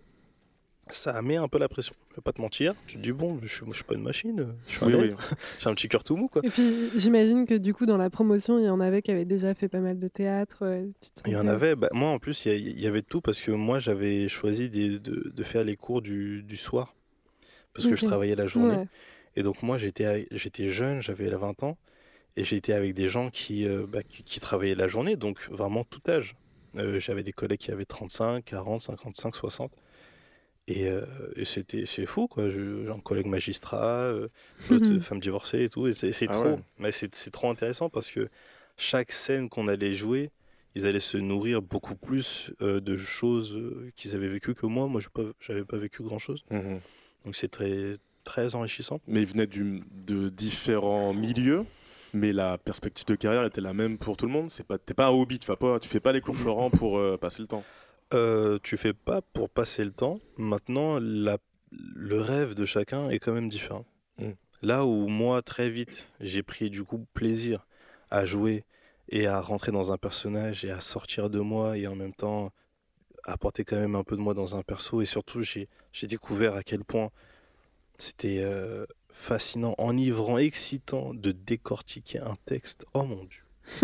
ça met un peu la pression. Je vais pas te mentir, tu te dis bon, je suis, moi, je suis pas une machine, je suis un Oui, oui. être. J'ai un petit cœur tout mou, quoi. Et puis j'imagine que du coup dans la promotion il y en avait qui avaient déjà fait pas mal de théâtre. euh, tu te Il y en sentais- avait, bah, moi en plus, il y, a- il y avait tout parce que moi j'avais choisi des- de, de faire les cours du, du soir parce que je Ok. travaillais la journée. Ouais. Et donc moi j'étais avec- j'étais jeune, j'avais vingt ans et j'étais avec des gens qui, euh, bah, qui, qui travaillaient la journée, donc vraiment tout âge. Euh, j'avais des collègues qui avaient trente-cinq, quarante, cinquante-cinq, soixante. Et, euh, et c'était c'est fou quoi. Je- J'ai un collègue magistrat, euh, l'autre Mhm. femme divorcée et tout. Et c'est c'est Ah trop, ouais. mais c'est c'est trop intéressant parce que chaque scène qu'on allait jouer, ils allaient se nourrir beaucoup plus euh, de choses euh, qu'ils avaient vécues que moi. Moi, je pas, j'avais pas vécu grand chose. Mhm. Donc c'est très très enrichissant. Mais ils venaient du- de différents milieux, mais la perspective de carrière était la même pour tout le monde. C'est pas, t'es pas un hobby, tu fais pas, tu fais pas les cours Florent pour euh, passer le temps. Euh, tu fais pas pour passer le temps. Maintenant, la, le rêve de chacun est quand même différent. Mm. Là où moi, très vite, j'ai pris du coup plaisir à jouer et à rentrer dans un personnage et à sortir de moi et en même temps apporter quand même un peu de moi dans un perso. Et surtout, j'ai, j'ai découvert à quel point c'était euh, fascinant, enivrant, excitant de décortiquer un texte. Oh mon Dieu.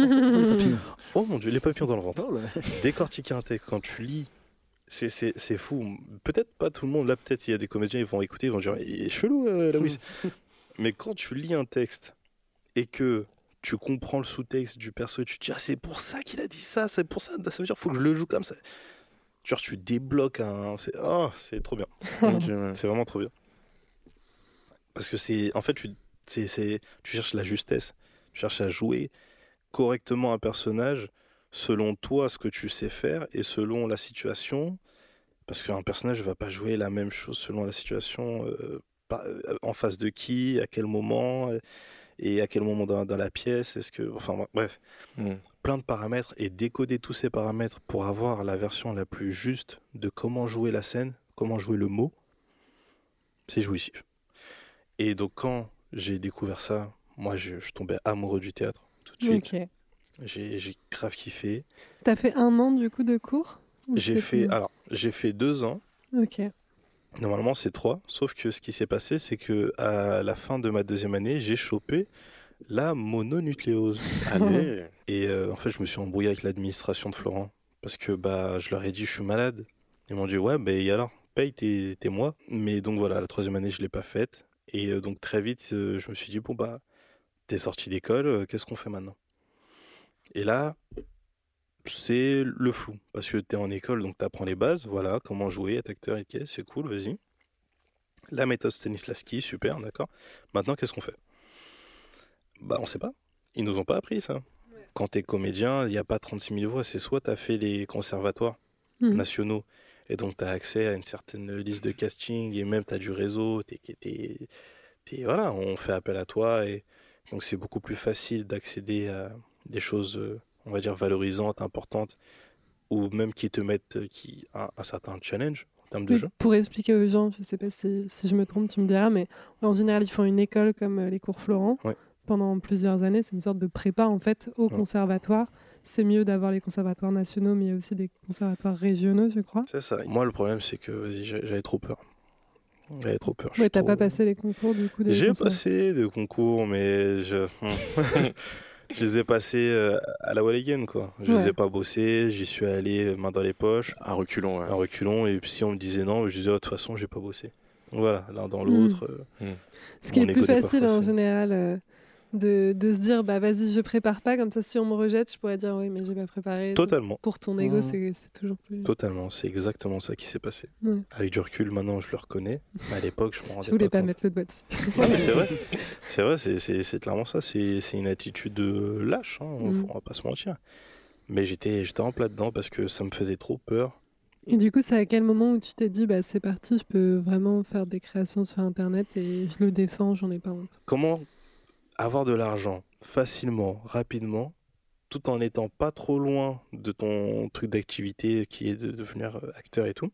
Oh mon Dieu, les papillons dans le ventre. Oh là. Décortiquer un texte quand tu lis, c'est, c'est, c'est fou. Peut-être pas tout le monde, là peut-être il y a des comédiens, ils vont écouter, ils vont dire il est chelou euh, Lewis. Mais quand tu lis un texte et que tu comprends le sous-texte du perso et tu te dis ah, c'est pour ça qu'il a dit ça, c'est pour ça, ça veut dire faut que je le joue comme ça. Genre tu débloques un... C'est, oh, c'est trop bien. Ok, ouais. C'est vraiment trop bien. Parce que c'est... En fait, tu, c'est, c'est, tu cherches la justesse. Tu cherches à jouer correctement un personnage selon toi, ce que tu sais faire, et selon la situation, Parce qu'un personnage ne va pas jouer la même chose selon la situation, euh, pas- euh, en face de qui, à quel moment, euh, et à quel moment dans, dans la pièce. Est-ce que, enfin bref, Mm. plein de paramètres et décoder tous ces paramètres pour avoir la version la plus juste de comment jouer la scène, comment jouer le mot, c'est jouissif. Et donc quand j'ai découvert ça, moi je, je tombais amoureux du théâtre tout de suite. Ok. J'ai, j'ai grave kiffé. T'as fait un an du coup de cours ou J'ai c'était fait, plus- alors j'ai fait deux ans. Ok. Normalement, c'est trois. Sauf que ce qui s'est passé, c'est que à la fin de ma deuxième année, j'ai chopé la mononucléose. Allez. Et euh, en fait, je me suis embrouillé avec l'administration de Florent parce que bah, je leur ai dit je suis malade. Ils m'ont dit ouais, ben et alors, paye tes, tes mois. Mais donc voilà, la troisième année, je l'ai pas faite. Et euh, donc très vite, euh, je me suis dit bon bah, t'es sorti d'école, euh, qu'est-ce qu'on fait maintenant? Et là, c'est le flou parce que t'es en école, donc t'apprends les bases. Voilà, comment jouer, être acteur, et ok, c'est cool, vas-y. La méthode Stanislavski, super, d'accord. Maintenant, qu'est-ce qu'on fait? Bah, on sait pas. Ils nous ont pas appris ça. Quand t'es comédien, il n'y a pas trente-six mille voix. C'est soit t'as fait les conservatoires Mhm. nationaux et donc t'as accès à une certaine liste de casting et même t'as du réseau. T'es, t'es, t'es- voilà, on fait appel à toi et donc c'est beaucoup plus facile d'accéder à des choses, euh, on va dire, valorisantes, importantes ou même qui te mettent euh, qui, un, un certain challenge en termes de Oui, jeu. pour expliquer aux gens, je sais pas si, si je me trompe, tu me diras, mais en général, ils font une école comme euh, les cours Florent Ouais. pendant plusieurs années. C'est une sorte de prépa en fait au Ouais. conservatoire. C'est mieux d'avoir les conservatoires nationaux, mais il y a aussi des conservatoires régionaux, je crois. C'est ça. Moi, le problème, c'est que vas-y, j'a- j'avais trop peur. J'avais trop peur. Je Ouais, suis t'as trop- pas passé les concours du coup des J'ai conservatoires. passé des concours, mais je, je les ai passés euh, à la Walligan, quoi. Je les Ouais. ai pas bossés, j'y suis allé euh, main dans les poches, À reculons, ouais. à reculons, et puis si on me disait non, je disais oh, de toute façon, j'ai pas bossé. Donc voilà, l'un dans Mm. l'autre. euh, Ce qui mon est plus ego n'est pas facile en facile. général, euh, de, de se dire bah vas-y, je prépare pas, comme ça si on me rejette, je pourrais dire oui, mais j'ai pas préparé. Totalement. Pour ton ego, Mhm. c'est c'est toujours plus. Totalement, c'est exactement ça qui s'est passé. Ouais. Avec du recul, maintenant, je le reconnais. Mais à l'époque, je me rendais Je voulais pas pas compte. mettre le doigt dessus. Non, mais c'est vrai, c'est vrai, c'est, c'est, c'est clairement ça. C'est, c'est une attitude de lâche, hein, on, Mm. on va pas se mentir. Mais j'étais, j'étais en plat dedans parce que ça me faisait trop peur. Et du coup, c'est à quel moment où tu t'es dit bah c'est parti, je peux vraiment faire des créations sur internet et je le défends, j'en ai pas honte. Comment avoir de l'argent facilement, rapidement, tout en n'étant pas trop loin de ton truc d'activité qui est de devenir euh, acteur et tout?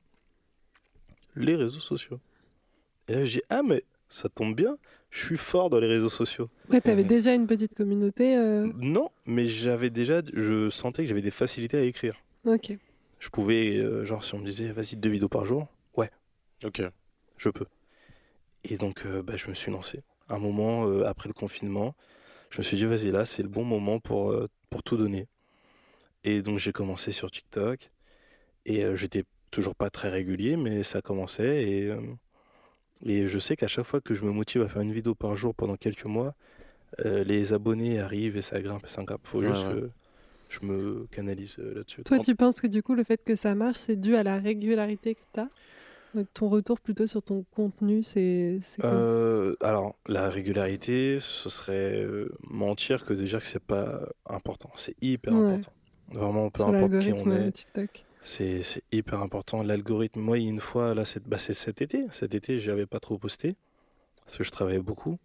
Les réseaux sociaux. Et là, je dis ah mais ça tombe bien, je suis fort dans les réseaux sociaux. Ouais, t'avais déjà une petite communauté. euh, Non, mais j'avais déjà, je sentais que j'avais des facilités à écrire. Ok. Je pouvais, euh, genre, si on me disait, vas-y, deux vidéos par jour, ouais, Ok. je peux. Et donc, euh, bah, je me suis lancé. Un moment, euh, après le confinement, je me suis dit, vas-y, là, c'est le bon moment pour, euh, pour tout donner. Et donc, j'ai commencé sur TikTok. Et euh, j'étais toujours pas très régulier, mais ça commençait. Et, euh, et je sais qu'à chaque fois que je me motive à faire une vidéo par jour pendant quelques mois, euh, les abonnés arrivent et ça grimpe et ça grimpe. Faut Ouais, juste ouais. que je me canalise euh, là-dessus. Toi, tu penses que du coup, le fait que ça marche, c'est dû à la régularité que tu as? Ton retour plutôt sur ton contenu, c'est c'est quoi? Euh, alors, la régularité, ce serait euh, mentir que de dire que c'est pas important. C'est hyper Ouais. important. Vraiment, peu Sur importe qui on l'algorithme euh, est, TikTok. c'est c'est hyper important. L'algorithme, moi, une fois, là, c'est bah, c'est cet été. Cet été, j'avais pas trop posté parce que je travaillais beaucoup.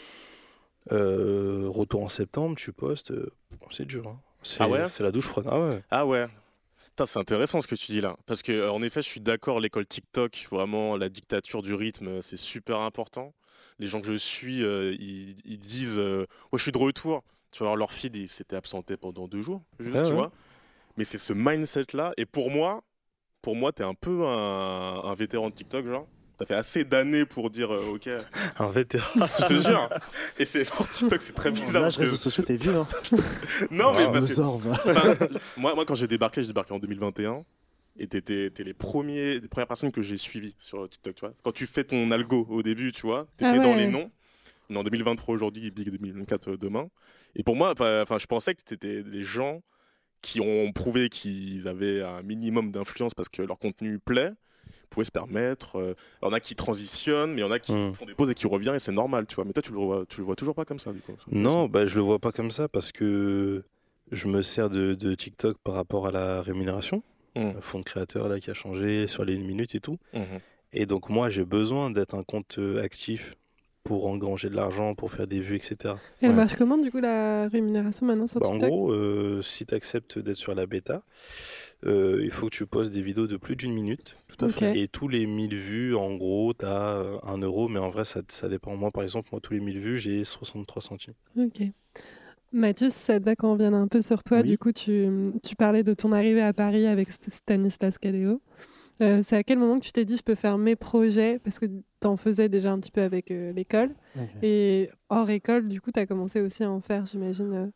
Euh, retour en septembre, tu postes, euh, c'est dur. Hein. C'est Ah ouais c'est la douche froide. Ah ouais. Ah ouais. Putain, c'est intéressant ce que tu dis là. Parce que, euh, en effet, je suis d'accord, l'école TikTok, vraiment, la dictature du rythme, c'est super important. Les gens que je suis, euh, ils, ils disent euh, ouais, je suis de retour. Tu vas voir, leur feed, il s'était absenté pendant deux jours, juste, Ah tu ouais. vois. Mais c'est ce mindset-là. Et pour moi, pour moi, t'es un peu un, un vétéran de TikTok, genre. T'as fait assez d'années pour dire euh, ok. Un vétéran. Je te jure. Et c'est pour TikTok, c'est très bizarre. L'âge parce que- réseaux sociaux, t'es vieux, hein. Non, mais Ah, parce que- dinosaure, va. enfin, moi, moi, quand j'ai débarqué, j'ai débarqué en deux mille vingt et un. Et t'étais, t'es les premiers, les premières personnes que j'ai suivies sur TikTok, tu vois. Quand tu fais ton algo au début, tu vois, t'étais Ah dans ouais. les noms. On est en deux mille vingt-trois aujourd'hui, Big deux mille vingt-quatre euh, demain. Et pour moi, enfin, je pensais que c'était des gens qui ont prouvé qu'ils avaient un minimum d'influence parce que leur contenu plaît, pouvaient se permettre. euh, Il y en a qui transitionnent, mais il y en a qui Mm. font des pauses et qui reviennent et c'est normal, tu vois. Mais toi, tu le vois, tu le vois toujours pas comme ça, du coup. C'est Non, bah, je le vois pas comme ça parce que je me sers de, de TikTok par rapport à la rémunération. Mmh. le fonds de créateur là, qui a changé sur les une minute et tout. Mmh. Et donc, moi, j'ai besoin d'être un compte euh, actif pour engranger de l'argent, pour faire des vues, et cetera. Elle Ouais. marche comment, du coup, la rémunération maintenant sur Bah, en TikTok? gros, euh, si tu acceptes d'être sur la bêta, euh, il faut que tu postes des vidéos de plus d'une minute. Tout à Ok. fait. Et tous les mille vues, en gros, tu as un euro, mais en vrai, ça, ça dépend. Moi, par exemple, moi, tous les mille vues, j'ai soixante-trois centimes. Ok. Mathieu, si ça te va qu'on revienne un peu sur toi, Oui. du coup, tu, tu parlais de ton arrivée à Paris avec St- Stanislas Cadéo. Euh, c'est à quel moment que tu t'es dit je peux faire mes projets? Parce que tu en faisais déjà un petit peu avec euh, l'école. Ok. Et hors école, du coup, tu as commencé aussi à en faire, j'imagine. euh.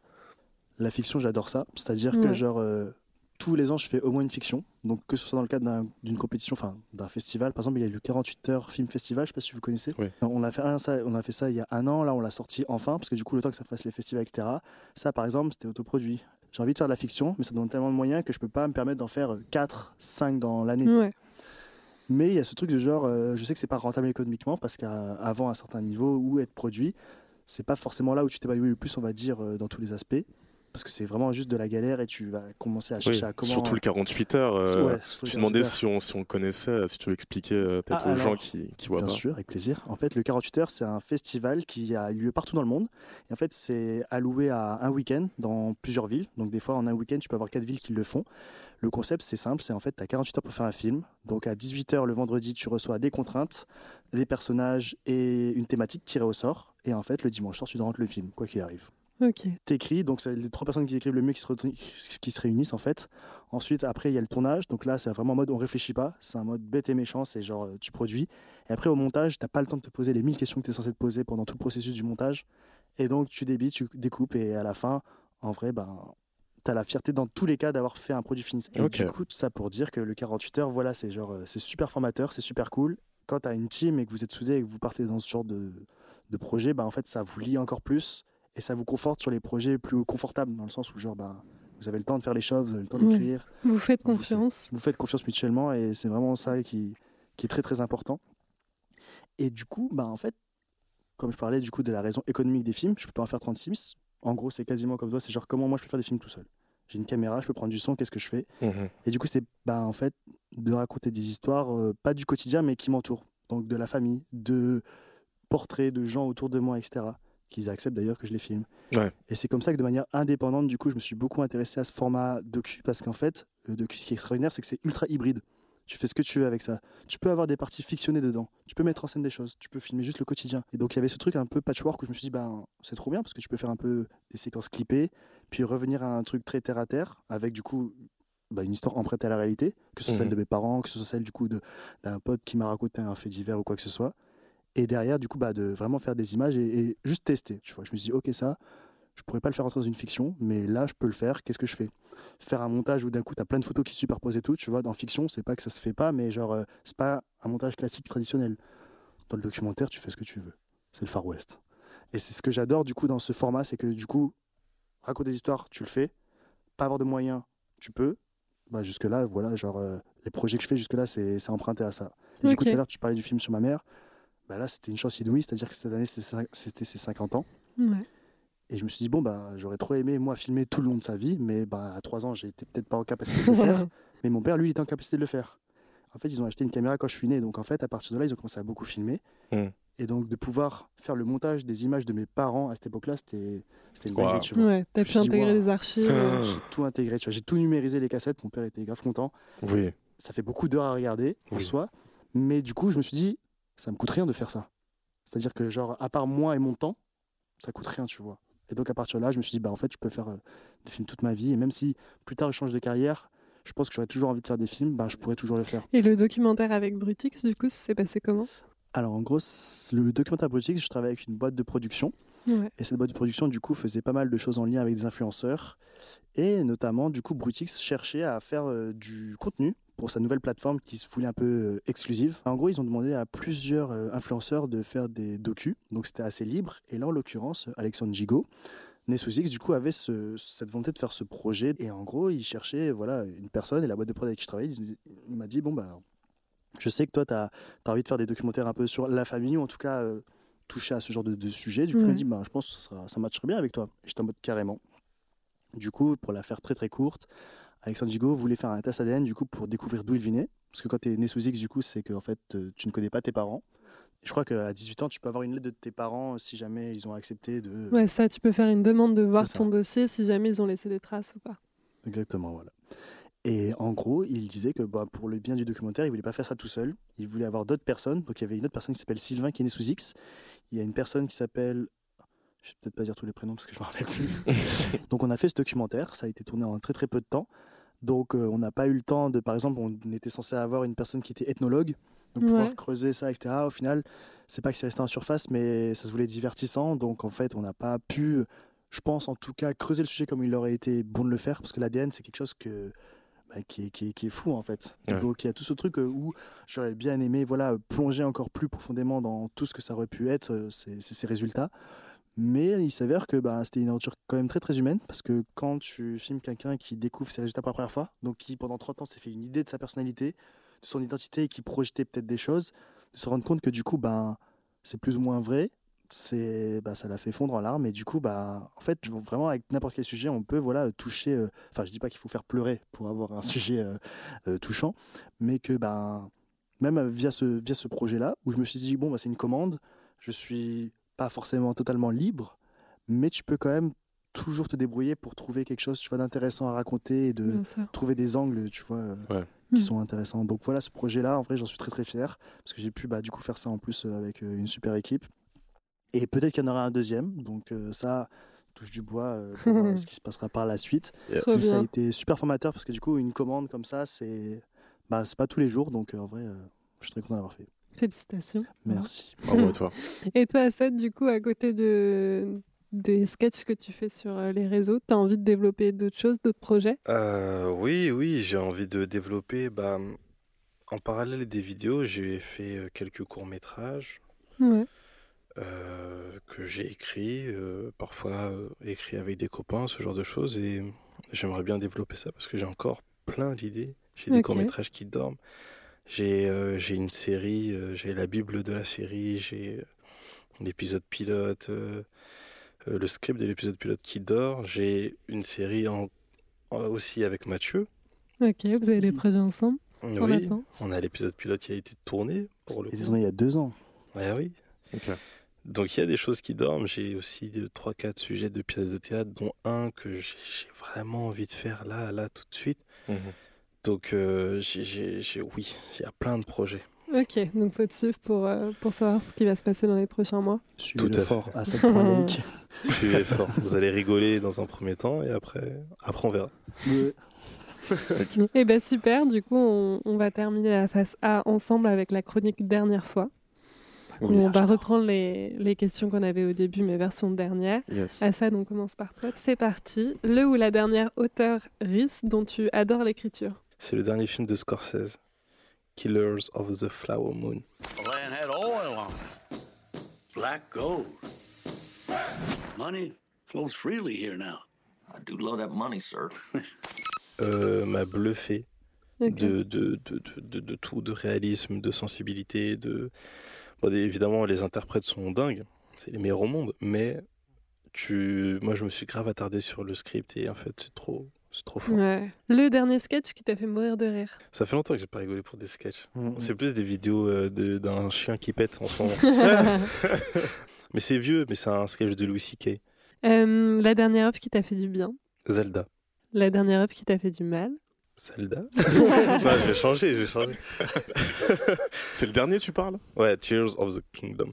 La fiction, j'adore ça. C'est-à-dire Ouais. que genre euh, tous les ans, je fais au moins une fiction. Donc que ce soit dans le cadre d'un- d'une compétition, enfin d'un festival. Par exemple, il y a eu quarante-huit heures film festival, je sais pas si vous connaissez. Oui. On a fait un, ça, on a fait ça il y a un an. Là, on l'a sorti enfin parce que du coup, le temps que ça fasse les festivals, et cetera. Ça, par exemple, c'était autoproduit. J'ai envie de faire de la fiction, mais ça demande tellement de moyens que je peux pas me permettre d'en faire quatre, cinq dans l'année. Ouais. Mais il y a ce truc de genre, euh, je sais que c'est pas rentable économiquement parce qu'avant un certain niveau ou être produit, c'est pas forcément là où tu t'épanouis le plus, on va dire, euh, dans tous les aspects. Parce que c'est vraiment juste de la galère et tu vas commencer à chercher Oui, à comment. surtout le quarante-huit heures. euh, Ouais, surtout le tu demandais quarante-huit si on, si on le connaissait, euh, si tu veux expliquer euh, peut-être Ah, aux gens alors, qui qui voient Bien pas. sûr, avec plaisir. En fait, le quarante-huit heures, c'est un festival qui a lieu partout dans le monde. Et en fait, c'est alloué à un week-end dans plusieurs villes. Donc, des fois, en un week-end, tu peux avoir quatre villes qui le font. Le concept, c'est simple. C'est en fait, tu as quarante-huit heures pour faire un film. Donc, à dix-huit heures le vendredi, tu reçois des contraintes, des personnages et une thématique tirée au sort. Et en fait, le dimanche soir, tu dois rendre le film, quoi qu'il arrive. Ok. T'écris, donc c'est les trois personnes qui écrivent le mieux qui se, re- qui se réunissent en fait. Ensuite, après, il y a le tournage. Donc là, c'est vraiment en mode on réfléchit pas. C'est un mode bête et méchant. C'est genre euh, tu produis. Et après, au montage, t'as pas le temps de te poser les mille questions que tu es censé te poser pendant tout le processus du montage. Et donc, tu débites, tu découpes. Et à la fin, en vrai, ben, t'as la fierté dans tous les cas d'avoir fait un produit fini. Et Ok. du coup, tout ça pour dire que le quarante-huit heures, voilà, c'est genre euh, c'est super formateur, c'est super cool. Quand t'as une team et que vous êtes soudés et que vous partez dans ce genre de, de projet, ben, en fait, ça vous lie encore plus. Et ça vous conforte sur les projets plus confortables, dans le sens où genre, bah, vous avez le temps de faire les choses, vous avez le temps Ouais. d'écrire, Vous faites Vous- confiance. vous faites confiance mutuellement, et c'est vraiment ça qui, qui est très très important. Et du coup, bah, en fait, comme je parlais du coup de la raison économique des films, je peux pas en faire trente-six. En gros, c'est quasiment comme toi, c'est genre comment moi je peux faire des films tout seul. J'ai une caméra, je peux prendre du son, qu'est-ce que je fais? Mhm. Et du coup, c'était bah, en fait de raconter des histoires, euh, pas du quotidien, mais qui m'entourent. Donc de la famille, de portraits de gens autour de moi, et cetera. Qu'ils acceptent d'ailleurs que je les filme. Ouais. Et c'est comme ça que de manière indépendante, du coup, je me suis beaucoup intéressé à ce format docu, parce qu'en fait, le docu, ce qui est extraordinaire, c'est que c'est ultra hybride. Tu fais ce que tu veux avec ça. Tu peux avoir des parties fictionnées dedans. Tu peux mettre en scène des choses. Tu peux filmer juste le quotidien. Et donc, il y avait ce truc un peu patchwork où je me suis dit, ben, c'est trop bien parce que tu peux faire un peu des séquences clippées, puis revenir à un truc très terre à terre, avec du coup bah, une histoire empruntée à la réalité, que ce soit Mhm. celle de mes parents, que ce soit celle du coup de- d'un pote qui m'a raconté un fait divers ou quoi que ce soit. Et derrière, du coup, bah, de vraiment faire des images et, et juste tester. Tu vois, je me suis dit, ok, ça, je pourrais pas le faire rentrer dans une fiction, mais là, je peux le faire. Qu'est-ce que je fais? Faire un montage où d'un coup, tu as plein de photos qui se superposent et tout. Tu vois, dans fiction, c'est pas que ça se fait pas, mais genre, euh, c'est pas un montage classique traditionnel. Dans le documentaire, tu fais ce que tu veux. C'est le Far West. Et c'est ce que j'adore, du coup, dans ce format, c'est que, du coup, raconter des histoires, tu le fais. Pas avoir de moyens, tu peux. Bah, jusque-là, voilà, genre, euh, les projets que je fais jusque-là, c'est c'est emprunté à ça. Et du coup, Ok. tout à l'heure, tu parlais du film sur ma mère. Bah là, c'était une chance inouïe, c'est-à-dire que cette année, c'était cin- c'était ses cinquante ans. Ouais. Et je me suis dit, bon, bah, j'aurais trop aimé, moi, filmer tout le long de sa vie, mais bah, à trois ans, j'étais peut-être pas en capacité de le faire. Mais mon père, lui, il était en capacité de le faire. En fait, ils ont acheté une caméra quand je suis né, donc en fait, à partir de là, ils ont commencé à beaucoup filmer. Mm. Et donc, de pouvoir faire le montage des images de mes parents à cette époque-là, c'était c'était une Wow. dinguerie, tu vois. Ouais, t'as Je me pu suis dit, intégrer waouh. les archives. euh. J'ai tout intégré, tu vois. J'ai tout numérisé les cassettes, mon père était grave content. Oui. Ça fait beaucoup d'heures à regarder, en Oui. soi. Mais du coup, je me suis dit, ça me coûte rien de faire ça. C'est-à-dire que, genre, à part moi et mon temps, ça coûte rien, tu vois. Et donc, à partir de là, je me suis dit, bah, en fait, je peux faire euh, des films toute ma vie. Et même si plus tard, je change de carrière, je pense que j'aurais toujours envie de faire des films, bah, je pourrais toujours le faire. Et le documentaire avec Brutix, du coup, ça s'est passé comment? Alors, en gros, c- le documentaire Brutix, je travaille avec une boîte de production. Ouais. Et cette boîte de production, du coup, faisait pas mal de choses en lien avec des influenceurs. Et notamment, du coup, Brutix cherchait à faire euh, du contenu pour sa nouvelle plateforme qui se voulait un peu euh, exclusive. En gros, ils ont demandé à plusieurs euh, influenceurs de faire des docus. Donc, c'était assez libre. Et là, en l'occurrence, Alexandre Gigot, Nessusix, du coup, avait ce- cette volonté de faire ce projet. Et en gros, il cherchait voilà, une personne. Et la boîte de prod avec qui je travaillais, il, il m'a dit, bon, bah, je sais que toi, tu as envie de faire des documentaires un peu sur la famille, ou en tout cas euh, toucher à ce genre de, de sujet. Du coup, il Ouais. m'a dit, bah, je pense que ça, sera- ça matcherait bien avec toi. Et j'étais en mode carrément. Du coup, pour la faire très très courte, Alexandre Gigot voulait faire un test A D N du coup pour découvrir d'où il venait. Parce que quand tu es né sous X, du coup, c'est que en fait, euh, tu ne connais pas tes parents. Et je crois qu'à dix-huit ans, tu peux avoir une lettre de tes parents si jamais ils ont accepté de. Ouais, ça, tu peux faire une demande de voir C'est ça. ton dossier si jamais ils ont laissé des traces ou pas. Exactement, voilà. Et en gros, il disait que bah, pour le bien du documentaire, il voulait pas faire ça tout seul. Il voulait avoir d'autres personnes. Donc il y avait une autre personne qui s'appelle Sylvain qui est né sous X. Il y a une personne qui s'appelle. Je vais peut-être pas dire tous les prénoms parce que je me rappelle plus. Donc on a fait ce documentaire. Ça a été tourné en très très peu de temps. Donc euh, on n'a pas eu le temps de. Par exemple, on était censé avoir une personne qui était ethnologue. Donc pouvoir Ouais. creuser ça, et cetera. Au final, c'est pas que c'est resté en surface, mais ça se voulait divertissant. Donc en fait, on n'a pas pu, je pense en tout cas, creuser le sujet comme il aurait été bon de le faire, parce que l'A D N, c'est quelque chose que, bah, qui, est, qui, est, qui est fou en fait. Ouais. Donc il y a tout ce truc euh, où j'aurais bien aimé voilà, plonger encore plus profondément dans tout ce que ça aurait pu être, euh, ces, ces, ces résultats. Mais il s'avère que bah, c'était une aventure quand même très très humaine, parce que quand tu filmes quelqu'un qui découvre ses résultats pour la première fois, donc qui pendant trente ans s'est fait une idée de sa personnalité, de son identité et qui projetait peut-être des choses, de se rendre compte que du coup, ben, c'est plus ou moins vrai, c'est, bah, ça l'a fait fondre en larmes. Et du coup, bah, en fait, vraiment, avec n'importe quel sujet, on peut voilà, toucher. euh, Enfin, je dis pas qu'il faut faire pleurer pour avoir un sujet euh, euh, touchant, mais que ben, même via ce, via ce projet-là, où je me suis dit, bon, bah, c'est une commande, je suis pas forcément totalement libre, mais tu peux quand même toujours te débrouiller pour trouver quelque chose tu vois, d'intéressant à raconter et de Bien sûr. trouver des angles, tu vois. euh, Ouais. qui Mm. sont intéressants. Donc voilà, ce projet-là, en vrai, j'en suis très très fier parce que j'ai pu bah, du coup faire ça en plus euh, avec euh, une super équipe. Et peut-être qu'il y en aura un deuxième. Donc euh, ça, touche du bois euh, pour voir ce qui se passera par la suite. Yes. Trop Et ça a bien. été super formateur parce que du coup, une commande comme ça, c'est bah, c'est pas tous les jours. Donc euh, en vrai, euh, je suis très content d'avoir fait. Félicitations. Merci. Bravo à toi. Et toi, Assad, du coup, à côté de... des sketchs que tu fais sur euh, les réseaux, tu as envie de développer d'autres choses, d'autres projets? Euh, oui, oui, j'ai envie de développer. Bah, en parallèle des vidéos, j'ai fait euh, quelques courts-métrages Ouais. euh, que j'ai écrits, euh, parfois euh, écrits avec des copains, ce genre de choses. Et j'aimerais bien développer ça parce que j'ai encore plein d'idées. J'ai des Ok. courts-métrages qui dorment. J'ai euh, j'ai une série, euh, j'ai la Bible de la série, j'ai euh, l'épisode pilote, euh, euh, le script de l'épisode pilote qui dort. J'ai une série en, en- aussi avec Mathieu. Ok, vous avez des projets ensemble? On Oui, attend. on a l'épisode pilote qui a été tourné pour le Et coup. ils ont il y a deux ans. Ouais, oui. Ok. Donc il y a des choses qui dorment. J'ai aussi trois quatre sujets de pièces de théâtre, dont un que j'ai j'ai vraiment envie de faire là, là, tout de suite. Mhm. Donc euh, j'ai, j'ai, j'ai- oui, il y a plein de projets. Ok, donc faut te suivre pour, euh, pour savoir ce qui va se passer dans les prochains mois. Suivez Tout le à fort à cette point lake. Suivez fort. Vous allez rigoler dans un premier temps et après, après on verra. Ouais. Eh ben super, du coup on, on va terminer la phase A ensemble avec la chronique dernière fois. Où Oui. on va reprendre les, les questions qu'on avait au début, mais version dernière. Yes. Assad, on commence par toi. C'est parti. Le ou la dernière auteur Rhys dont tu adores l'écriture? C'est le dernier film de Scorsese, Killers of the Flower Moon. The land had oil on it. Black gold. Money flows freely here now. I do love that money, sir. Euh, m'a bluffé Ok. de, de, de, de, de, de tout, de réalisme, de sensibilité. De... Bon, évidemment, les interprètes sont dingues, c'est les meilleurs au monde, mais tu... moi je me suis grave attardé sur le script et en fait c'est trop, c'est trop fort. Ouais. Le dernier sketch qui t'a fait mourir de rire? Ça fait longtemps que j'ai pas rigolé pour des sketchs. Mhm. C'est plus des vidéos euh, de- d'un chien qui pète en ce moment. Mais c'est vieux, mais c'est un sketch de Louis C K. Euh, la dernière œuvre qui t'a fait du bien? Zelda. La dernière œuvre qui t'a fait du mal? Zelda. Non, je vais changer, je vais changer. C'est le dernier, tu parles? Ouais, Tears of the Kingdom.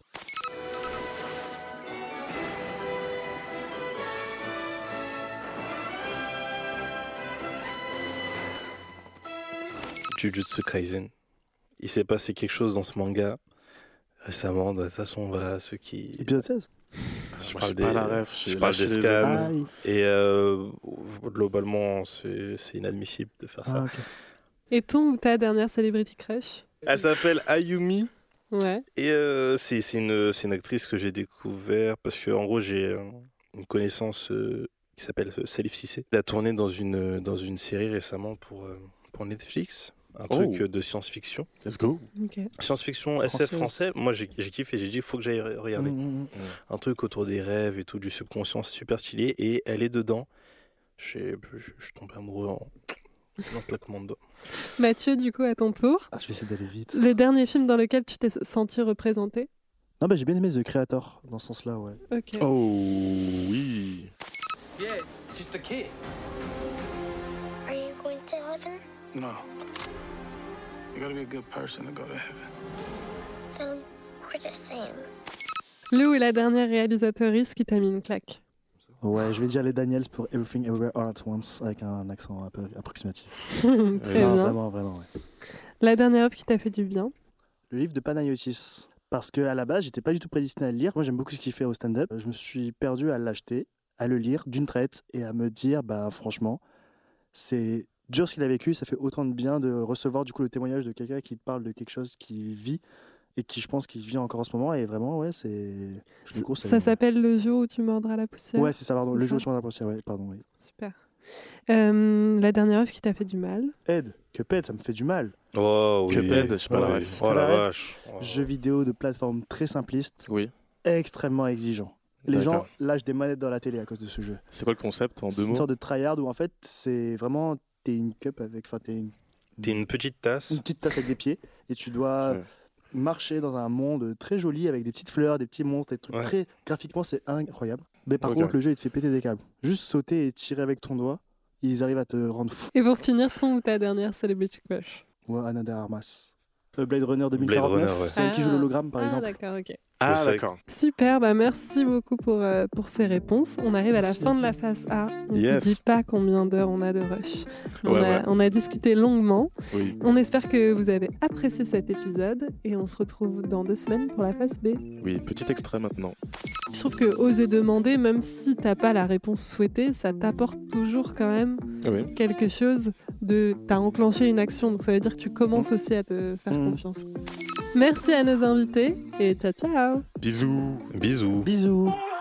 Jujutsu Kaisen. Il s'est passé quelque chose dans ce manga récemment. De toute façon, voilà, ceux qui... Épisode seize. Je Moi, parle j'ai des, pas la ref, je j'ai parle lâché des les scans. Aïe. Et euh, globalement, c'est c'est inadmissible de faire ça. Ah, ok. Et ton ou ta dernière celebrity crush? Elle s'appelle Ayumi. Ouais. Et euh, c'est c'est une, c'est une actrice que j'ai découvert parce que en gros j'ai euh, une connaissance euh, qui s'appelle euh, Salif Cissé. Elle a tourné dans une, dans une série récemment pour, euh, pour Netflix, un Oh. truc euh, de science-fiction. Let's go. Ok. Science-fiction, S F Française. français, moi j'ai j'ai kiffé, j'ai dit il faut que j'aille re- regarder. Mhm, mhm. Un truc autour des rêves et tout, du subconscient, c'est super stylé et elle est dedans. J'ai- Je je suis tombé amoureux en Un claquement de doigts. Mathieu, du coup, à ton tour. Ah, je vais essayer d'aller vite. Le dernier film dans lequel tu t'es senti représenté? Non, bah j'ai bien aimé The Creator dans ce sens-là, ouais. Ok. Oh oui. Yeah, it's just a kid. Are you going to heaven? No. You gotta be a good person to go to heaven. Then we're the same. Lou est la dernière réalisatrice qui t'a mis une claque. Ouais, je vais dire les Daniels pour Everything Everywhere All at Once avec un accent un peu approximatif. Très non, bien. Vraiment, vraiment, ouais. La dernière œuvre qui t'a fait du bien? Le livre de Panayotis. Parce qu'à la base, j'étais pas du tout prédestiné à le lire. Moi, j'aime beaucoup ce qu'il fait au stand-up. Je me suis perdu à l'acheter, à le lire d'une traite et à me dire, bah franchement, c'est dur ce qu'il a vécu. Ça fait autant de bien de recevoir du coup le témoignage de quelqu'un qui te parle de quelque chose qu'il vit et qui, je pense, qu'il vit encore en ce moment. Et vraiment, ouais, c'est. Je le conseille. Ça s'appelle Le jour où tu mordras la poussière. Ouais, c'est ça, pardon. C'est Le ça jour où tu mordras la poussière, ouais, pardon. Oui. Super. Euh, la dernière œuvre qui t'a fait du mal? Aide, Cuphead, ça me fait du mal. Oh oui. Cuphead, je sais pas Oh, la oui. ref. Oh la Cuphead, vache. Oh. Jeu vidéo de plateforme très simpliste, Oui. extrêmement exigeant. Les gens D'accord. lâchent des manettes dans la télé à cause de ce jeu. C'est quoi le concept en C'est deux une mots? sorte de tryhard où en fait, c'est vraiment. T'es une cup avec. Enfin, t'es une, T'es une petite tasse. une petite tasse avec des pieds et tu dois Ouais. marcher dans un monde très joli avec des petites fleurs, des petits monstres, des trucs Ouais. très. Graphiquement, c'est incroyable. Mais par Ok. contre, le jeu, il te fait péter des câbles. Juste sauter et tirer avec ton doigt, ils arrivent à te rendre fou. Et pour finir, ton ou ta dernière Celebrity Crush? Ou Anna de Armas. Euh, Blade Runner deux mille Blade quarante-neuf, Runner, ouais. celle qui joue l'hologramme par ah, exemple. d'accord, ok. Ah Je sais. d'accord. Super, bah merci beaucoup pour, euh, pour ces réponses. On arrive à la Merci. fin de la phase A. On ne Yes. dit pas combien d'heures on a de rush. On, Ouais, a, ouais. on a discuté longuement. Oui. On espère que vous avez apprécié cet épisode et on se retrouve dans deux semaines pour la phase B. Oui, petit extrait maintenant. Je trouve que oser demander, même si t'as pas la réponse souhaitée, ça t'apporte toujours quand même Oui. quelque chose de... T'as enclenché une action, donc ça veut dire que tu commences aussi à te faire Mm. confiance. Merci à nos invités et ciao ciao. Bisous. Bisous. Bisous.